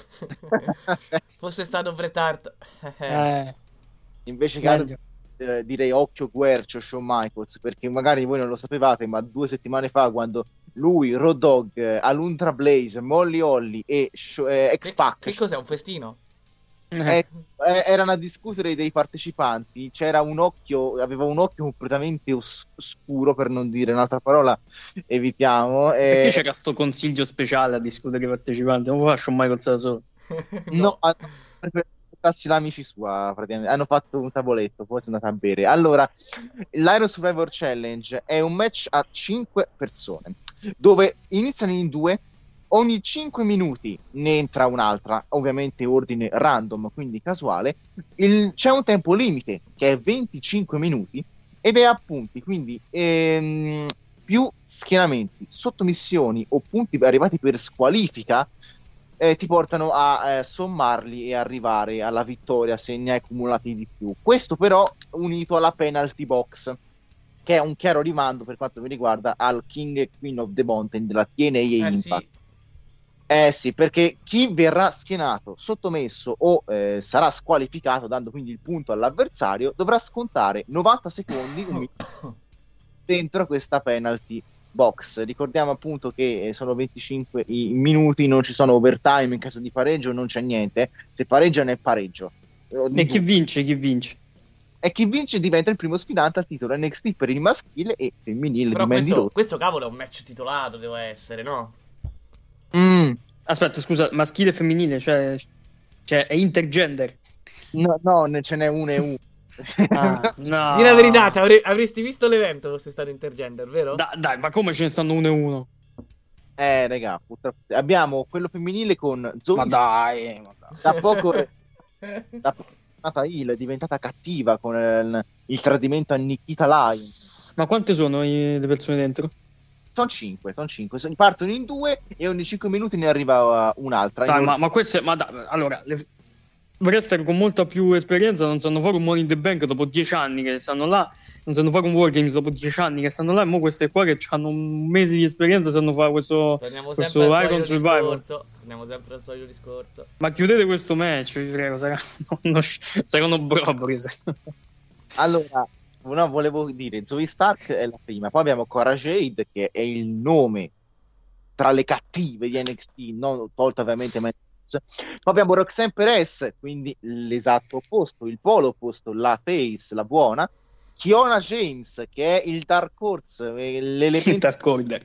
F: Fosse stato Bret Hart.
I: Eh,
L: Invece che
I: meglio.
L: eh, direi occhio guercio Shawn Michaels, perché magari voi non lo sapevate, ma due settimane fa quando lui, Road Dogg, eh, Alundra Blaze, Molly Holly e Sho- eh, X-Pac
F: Che cos'è, un festino?
L: eh, eh, erano a discutere dei partecipanti, c'era un occhio, aveva un occhio completamente os- oscuro, per non dire un'altra parola, evitiamo. eh,
I: Perché c'era sto consiglio speciale a discutere i partecipanti? Non lo faccio mai con da solo.
L: No, a- per portarsi l'amici sua, praticamente. Hanno fatto un tavoletto, poi sono andati a bere. Allora, l'Iron Survivor Challenge è un match a cinque persone, dove iniziano in due, ogni cinque minuti ne entra un'altra, ovviamente ordine random, quindi casuale. Il- c'è un tempo limite, che è venticinque minuti, ed è a punti, quindi ehm, più schienamenti, sottomissioni o punti arrivati per squalifica eh, ti portano a eh, sommarli e arrivare alla vittoria se ne hai accumulati di più. Questo però unito alla penalty box, che è un chiaro rimando per quanto mi riguarda al King e Queen of the Mountain della T N A
F: Eh
L: Impact.
F: sì.
L: Eh sì, perché chi verrà schienato, sottomesso o eh, sarà squalificato, dando quindi il punto all'avversario, dovrà scontare novanta secondi un minuto dentro questa penalty box. Ricordiamo appunto che eh, sono venticinque i minuti, non ci sono overtime, in caso di pareggio non c'è niente, se pareggiano è pareggio.
I: E chi vince? Chi vince?
L: E chi vince diventa il primo sfidante al titolo N X T per il maschile e femminile
F: Però
L: di Mandy
F: questo,
L: Rose.
F: questo cavolo è un match titolato, deve essere, no?
L: Mm.
I: Aspetta, scusa, maschile e femminile, cioè, cioè è intergender.
L: No, no, ne ce n'è uno e uno.
I: Ah, no.
F: Di la verità, ti avre- avresti visto l'evento fosse stato intergender, vero?
I: Da- dai, ma come ce ne stanno uno e uno?
L: Eh, raga, purtroppo abbiamo quello femminile con Zoe.
I: Ma dai, ma dai.
L: Da poco da poco è stata heel, è diventata cattiva con il, il tradimento a Nikita Lion.
I: Ma quante sono i- le persone dentro?
L: Sono cinque, sono cinque. Sono- partono in due e ogni cinque minuti ne arriva un'altra.
I: Dai,
L: Io-
I: ma, ma questo è, ma dai, allora, le wrestler con molta più esperienza non sanno fare un Money in the Bank dopo dieci anni che stanno là, non sanno fare un Wargames dopo dieci anni che stanno là, e mo queste qua che hanno un mese di esperienza sanno fare questo,
F: Torniamo
I: questo
F: sempre al
I: Iron
F: solito
I: Survivor.
F: discorso. Torniamo sempre al solito discorso.
I: Ma chiudete questo match, vi prego, saranno, uno- saranno brobri.
L: Allora, no, volevo dire, Zoe Stark è la prima, poi abbiamo Cora Jade che è il nome tra le cattive di N X T, non tolto ovviamente Matt Sydal. Poi abbiamo Roxanne Perez, quindi l'esatto opposto, il polo opposto, la face, la buona. Kiona James che è il Dark Horse, eh, l'elemento
I: Dark Order.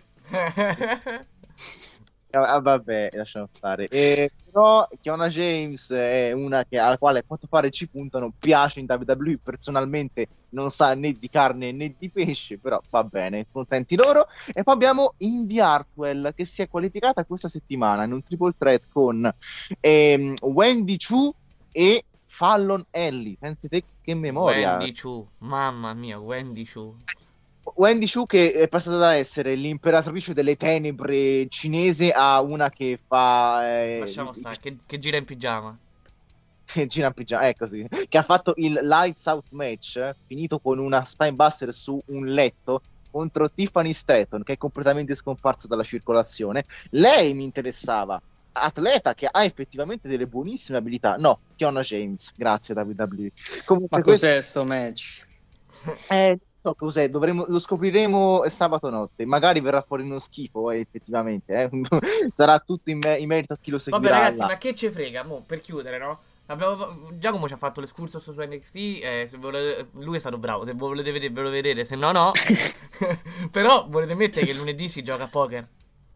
L: Ah, vabbè, lasciamo stare. Eh, però Kiona James è una che, alla quale a quanto pare ci puntano, piace in W W E, personalmente non sa né di carne né di pesce, però va bene, contenti loro. E poi abbiamo Indy Hartwell che si è qualificata questa settimana in un triple threat con ehm, Wendy Chu e Fallon Ellie. Pensi te che memoria.
F: Wendy Chu, mamma mia, Wendy Chu.
L: Wendy Chu che è passata da essere l'imperatrice delle tenebre cinese a una che fa eh,
F: Lasciamo stare, che, che gira in pigiama.
L: gira in pigiama, è così, che ha fatto il Lights Out match eh, finito con una Spinebuster su un letto contro Tiffany Stratton, che è completamente scomparsa dalla circolazione. Lei mi interessava, atleta che ha effettivamente delle buonissime abilità. No, Kiona James, grazie W W E. Comunque,
I: Ma
L: questo-
I: cos'è sto match?
L: eh, non so cos'è, dovremo, lo scopriremo sabato notte. Magari verrà fuori uno schifo, eh, effettivamente. Eh. Sarà tutto in, me- in merito a chi lo
F: Vabbè
L: seguirà.
F: ragazzi,
L: là.
F: ma che ce frega, mo, per chiudere, no? Abbiamo, Giacomo ci ha fatto l'escursus su N X T, eh, se volete, lui è stato bravo, se volete vedervelo vedere, se no no. Però volete mettere che lunedì si gioca a poker?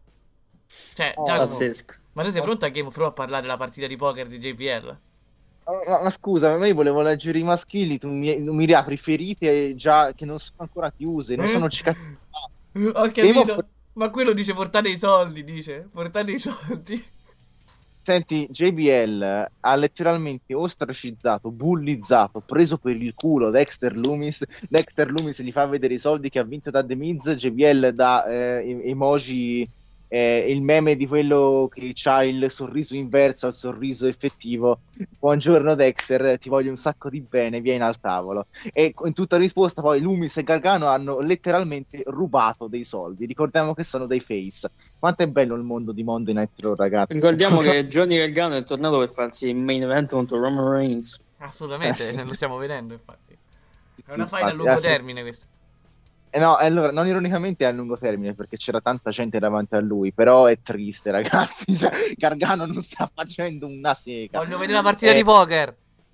F: Cioè,
I: Oh,
F: Giacomo,
I: pazzesco.
F: ma tu sei pronto a Game of Thrones a parlare della partita di poker di J P L?
L: Ma, ma scusa, ma io volevo leggere i maschili, tu mi, mi riapri ferite già che non sono ancora chiuse, non sono cicatrizate.
F: Ho capito, ma quello dice portate i soldi, dice, portate i soldi.
L: Senti, J B L ha letteralmente ostracizzato, bullizzato, preso per il culo Dexter Lumis. Dexter Lumis gli fa vedere i soldi che ha vinto da The Miz. J B L dà eh, emoji, eh, il meme di quello che c'ha il sorriso inverso al sorriso effettivo. Buongiorno Dexter, ti voglio un sacco di bene, vieni al tavolo. E in tutta risposta poi Lumis e Gargano hanno letteralmente rubato dei soldi. Ricordiamo che sono dei face. Quanto è bello il mondo di Monday Night Raw, ragazzi.
I: Ricordiamo che Johnny Gargano è tornato per farsi il main event contro Roman Reigns.
F: Assolutamente, lo stiamo vedendo infatti. È
L: Sì,
F: una fight a
L: infatti,
F: lungo
L: eh, sì.
F: termine questo.
L: Eh no, allora, non ironicamente è a lungo termine perché c'era tanta gente davanti a lui, però è triste, ragazzi. Cioè, Gargano non sta facendo una sega.
F: Voglio vedere la partita
L: Eh,
F: di poker.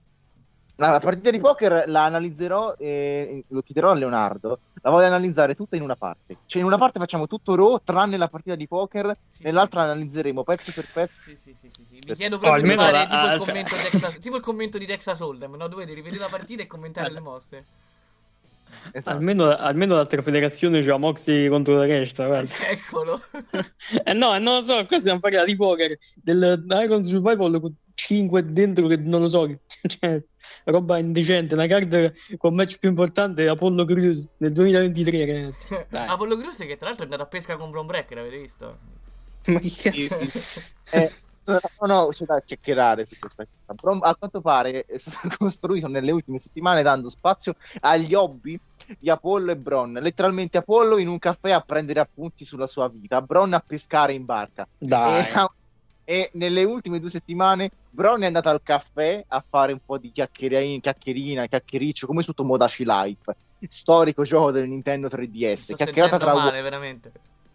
L: La partita di poker la analizzerò, eh, lo chiederò a Leonardo, la voglio analizzare tutta in una parte. Cioè in una parte facciamo tutto Raw, tranne la partita di poker, nell'altra analizzeremo pezzo per pezzo.
F: Sì, sì, sì, sì, sì. Vi chiedo proprio
I: Oh,
F: di
I: almeno
F: fare
I: la-
F: tipo,
I: ah,
F: il
I: cioè-
F: commento Texas, tipo il commento di Texas Hold'em, no? Dovete rivedere la partita e commentare le mosse.
L: Esatto.
I: Almeno, almeno l'altra federazione c'ha Moxie contro la resta, guarda.
F: Eccolo.
I: Eh no, non lo so, qua stiamo parlando di poker, del Iron Survival con cinque dentro che non lo so, cioè, roba indecente, una card con match più importante è Apollo Crews nel duemilaventitré, ragazzi. Dai.
F: Apollo Crews che tra l'altro è andato a pesca con Bron Breaker, avete visto?
I: Ma che cazzo?
L: Sì, sì. Eh, no, no, c'è da chiacchierare su questa cosa. Però, a quanto pare è stato costruito nelle ultime settimane dando spazio agli hobby di Apollo e Bron. Letteralmente Apollo in un caffè a prendere appunti sulla sua vita, Bron a pescare in barca.
I: Dai.
L: E, e nelle ultime due settimane Bron è andato al caffè a fare un po' di chiacchierina, chiacchierina, chiacchiericcio, come su Tomodachi Life, storico gioco del Nintendo tre D S.
F: Sto
L: Chiacchierata
F: sentendo
L: tra
F: male, veramente.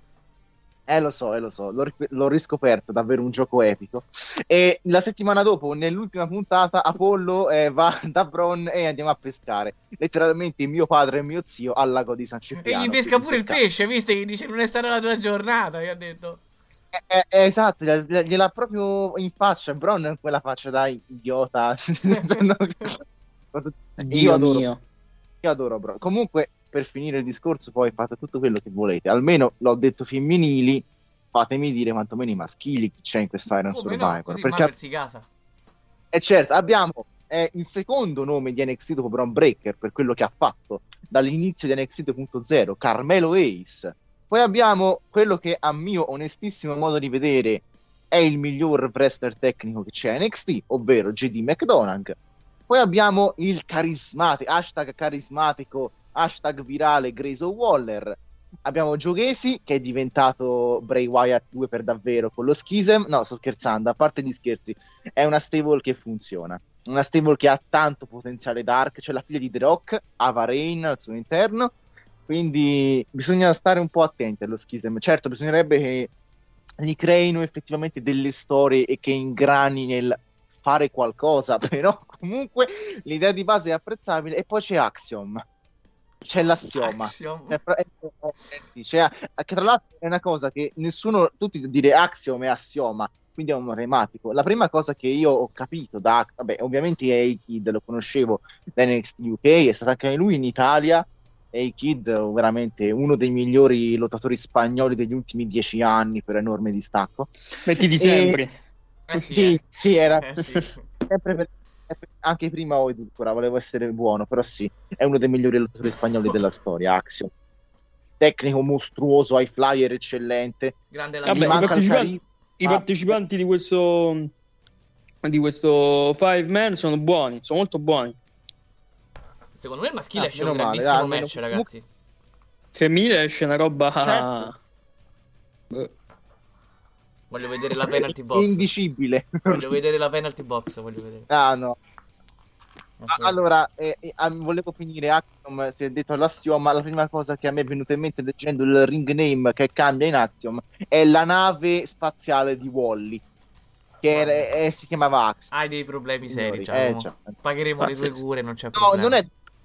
L: Eh lo so, eh lo so, l'ho, ri- l'ho riscoperto, davvero un gioco epico. E la settimana dopo, nell'ultima puntata, Apollo eh, va da Bron e andiamo a pescare. Letteralmente mio padre e mio zio al lago di San
F: E
L: Cipriano.
F: gli pesca pure il pesce, visto che gli dice non è stata la tua giornata, gli ha detto.
L: Eh, eh, eh, esatto, gliela, gliel'ha proprio in faccia. Bron in quella faccia da idiota.
I: Dio
L: io adoro,
I: mio.
L: io adoro Bron. Comunque, per finire il discorso, poi fate tutto quello che volete. Almeno l'ho detto femminili, fatemi dire quantomeno i maschili chi c'è in questa Iron
F: Come
L: Survivor.
F: no, così
L: perché
F: Marvel si casa.
L: E certo, abbiamo eh, il secondo nome di N X T dopo Bron Breakker per quello che ha fatto dall'inizio di N X T due punto zero, Carmelo Ace. Poi abbiamo quello che a mio onestissimo modo di vedere è il miglior wrestler tecnico che c'è a N X T, ovvero J D McDonagh. Poi abbiamo il carismatico, hashtag carismatico, hashtag virale Grayson Waller. Abbiamo Joe che è diventato Bray Wyatt due per davvero con lo Schism. No, sto scherzando, a parte gli scherzi, è una stable che funziona, una stable che ha tanto potenziale dark. C'è la figlia di The Rock, Ava Rain al suo interno, quindi bisogna stare un po' attenti allo Schism. Certo, bisognerebbe che gli creino effettivamente delle storie e che ingrani nel fare qualcosa, però comunque l'idea di base è apprezzabile. E poi c'è Axiom, c'è l'assioma,
F: Axiom.
L: C'è, c'è, che tra l'altro è una cosa che nessuno, tutti dire Axiom e assioma, quindi è un matematico. La prima cosa che io ho capito da, vabbè, ovviamente A-Kid lo conoscevo da N X T U K, è stato anche lui in Italia. A-Kid veramente uno dei migliori lottatori spagnoli degli ultimi dieci anni per enorme distacco.
I: Mettiti
L: E-
I: sempre.
F: Eh sì,
L: sì,
F: eh.
L: sì, era
F: Eh sì.
L: sempre per- anche prima o edulcora, volevo essere buono, però sì, è uno dei migliori lottatori spagnoli della storia. Axiom, tecnico mostruoso, high flyer eccellente.
F: Grande la
I: Vabbè,
L: Gli
I: i
L: manca il
I: partecipanti,
L: carisma.
I: i partecipanti di questo di questo five man sono buoni, sono molto buoni.
F: Secondo me il maschile
L: Ah,
F: esce un
L: meno male,
F: grandissimo
L: dai, almeno-
F: match, ragazzi.
I: Femminile esce una roba
L: Certo.
I: Eh,
F: Voglio vedere la penalty box.
L: Indicibile.
F: Voglio vedere la penalty box, voglio vedere.
L: Ah no. Ah, allora, eh, eh, ah, volevo finire Axiom, si è detto all'assioma, la prima cosa che a me è venuta in mente leggendo il ring name che cambia in Axiom è la nave spaziale di Wall-E. che era, eh, si chiamava Axe.
F: Hai dei problemi
L: Signori,
F: seri, cioè,
L: eh, già.
F: pagheremo
L: Pazzesco.
F: le tue cure, non c'è
L: No,
F: problema.
L: non è...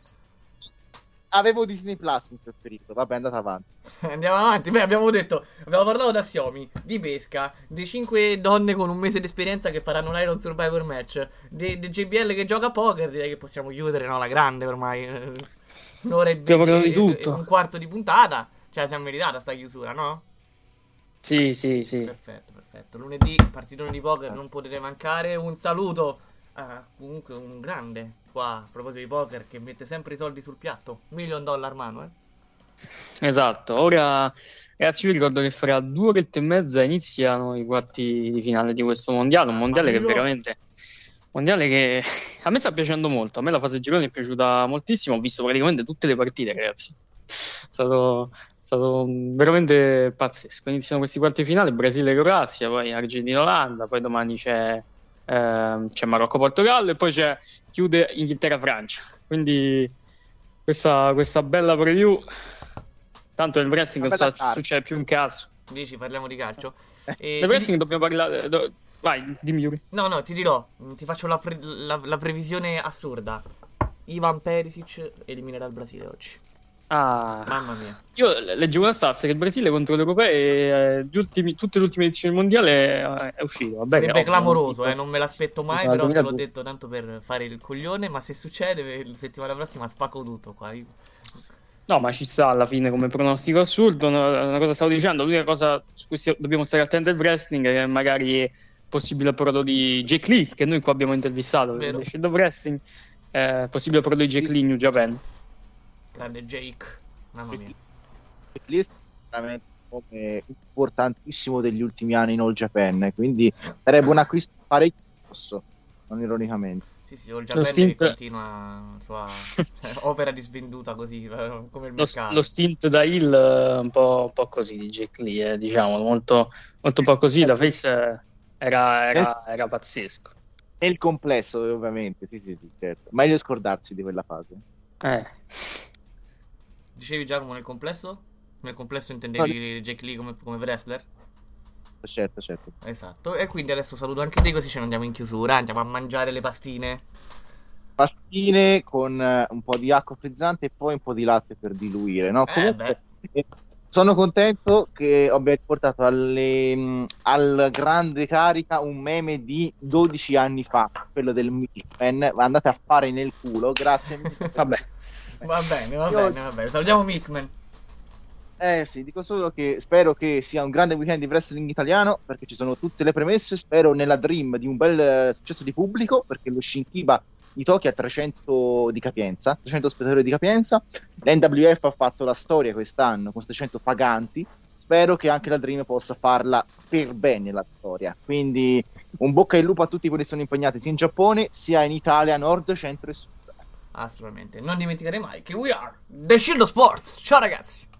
L: Avevo Disney Plus in quel periodo, vabbè, andate avanti.
F: Andiamo avanti. Beh, abbiamo detto, abbiamo parlato da Xiaomi, di pesca, di cinque donne con un mese di esperienza che faranno l'Iron Survivor Match, di, di J B L che gioca a poker. Direi che possiamo chiudere, no? La grande ormai. Un'ora e
I: Abbiamo parlato
F: venti,
I: di tutto.
F: un quarto di puntata. Cioè, siamo meritata sta chiusura, no?
I: Sì, sì, sì.
F: Perfetto, perfetto. Lunedì, partitone di poker, non potete mancare. Un saluto a comunque un grande qua, a proposito di poker, che mette sempre i soldi sul piatto. Million dollar mano, eh.
I: Esatto, ora ragazzi vi ricordo che fra due orette e mezza iniziano i quarti di finale di questo mondiale, un mondiale che veramente mondiale che a me sta piacendo molto, a me la fase gironi è piaciuta moltissimo, ho visto praticamente tutte le partite ragazzi, è stato, è stato veramente pazzesco. Iniziano questi quarti di finale, Brasile e Croazia, poi Argentina e Olanda, poi domani c'è, eh, c'è Marocco-Portogallo e poi c'è, chiude Inghilterra-Francia, quindi questa, questa bella preview. Tanto nel wrestling non sta, succede più un cazzo.
F: Dici, parliamo di calcio. E
I: nel wrestling di... dobbiamo parlare. Do... Vai, dimmi Yuri.
F: No, no, ti dirò. Ti faccio la, pre... la, la previsione assurda. Ivan Perisic eliminerà il Brasile oggi.
I: Ah,
F: mamma mia.
I: Io leggevo una stazza che il Brasile contro l'Europeo eh, gli ultimi, tutte le ultime edizioni del mondiale eh, è uscito. Vabbè,
F: sarebbe
I: ovvio,
F: clamoroso,
I: tipo...
F: eh, non me l'aspetto mai,
I: sì,
F: però te l'ho
I: duemiladue.
F: detto tanto per fare il coglione. Ma se succede, la settimana prossima spacco tutto qua. Io...
I: No, ma ci sta alla fine come pronostico assurdo. Una, una cosa stavo dicendo, l'unica cosa su cui sti- dobbiamo stare attenti al wrestling è magari possibile approdo di Jake Lee, che noi qua abbiamo intervistato per The Shield of Wrestling. Eh, possibile approdo di Jake Lee in New Japan.
F: Grande Jake, mamma mia.
L: Jake Lee è veramente come importantissimo degli ultimi anni in All Japan, quindi sarebbe un acquisto parecchio grosso, non ironicamente.
F: Sì, sì, All Japan stint... che continua la sua opera di svenduta così, come il mercato.
I: Lo, lo stint da heel un po', un po' così di Jake Lee, eh, diciamo, molto, molto un po' così, da face era, era, era pazzesco.
L: Nel complesso, ovviamente, sì, sì, sì, certo. Meglio scordarsi di quella fase.
I: Eh.
F: Dicevi Giacomo nel complesso? Nel complesso intendevi
L: no,
F: Jake Lee come, come wrestler?
L: Certo, certo.
F: Esatto, e quindi adesso saluto anche te così ce ne andiamo in chiusura, andiamo a mangiare le pastine.
L: Pastine con uh, un po' di acqua frizzante e poi un po' di latte per diluire, no?
F: Eh,
L: Comunque, eh, sono contento che abbia portato alle, mh, al grande carica un meme di dodici anni fa, quello del Milkman, andate a fare nel culo, grazie.
I: Vabbè.
F: Va bene, va Io... bene, va bene, salutiamo Milkman.
L: Eh sì, dico solo che spero che sia un grande weekend di wrestling italiano, perché ci sono tutte le premesse. Spero nella Dream di un bel uh, successo di pubblico, perché lo Shinkiba di Tokyo ha trecento di capienza, trecento spettatori di capienza. L'N W F ha fatto la storia quest'anno con settecento paganti. Spero che anche la Dream possa farla per bene la storia. Quindi un bocca al lupo a tutti quelli che sono impegnati sia in Giappone sia in Italia, nord, centro e sud.
F: Assolutamente, non dimenticare mai che we are The Shield of Sports. Ciao ragazzi.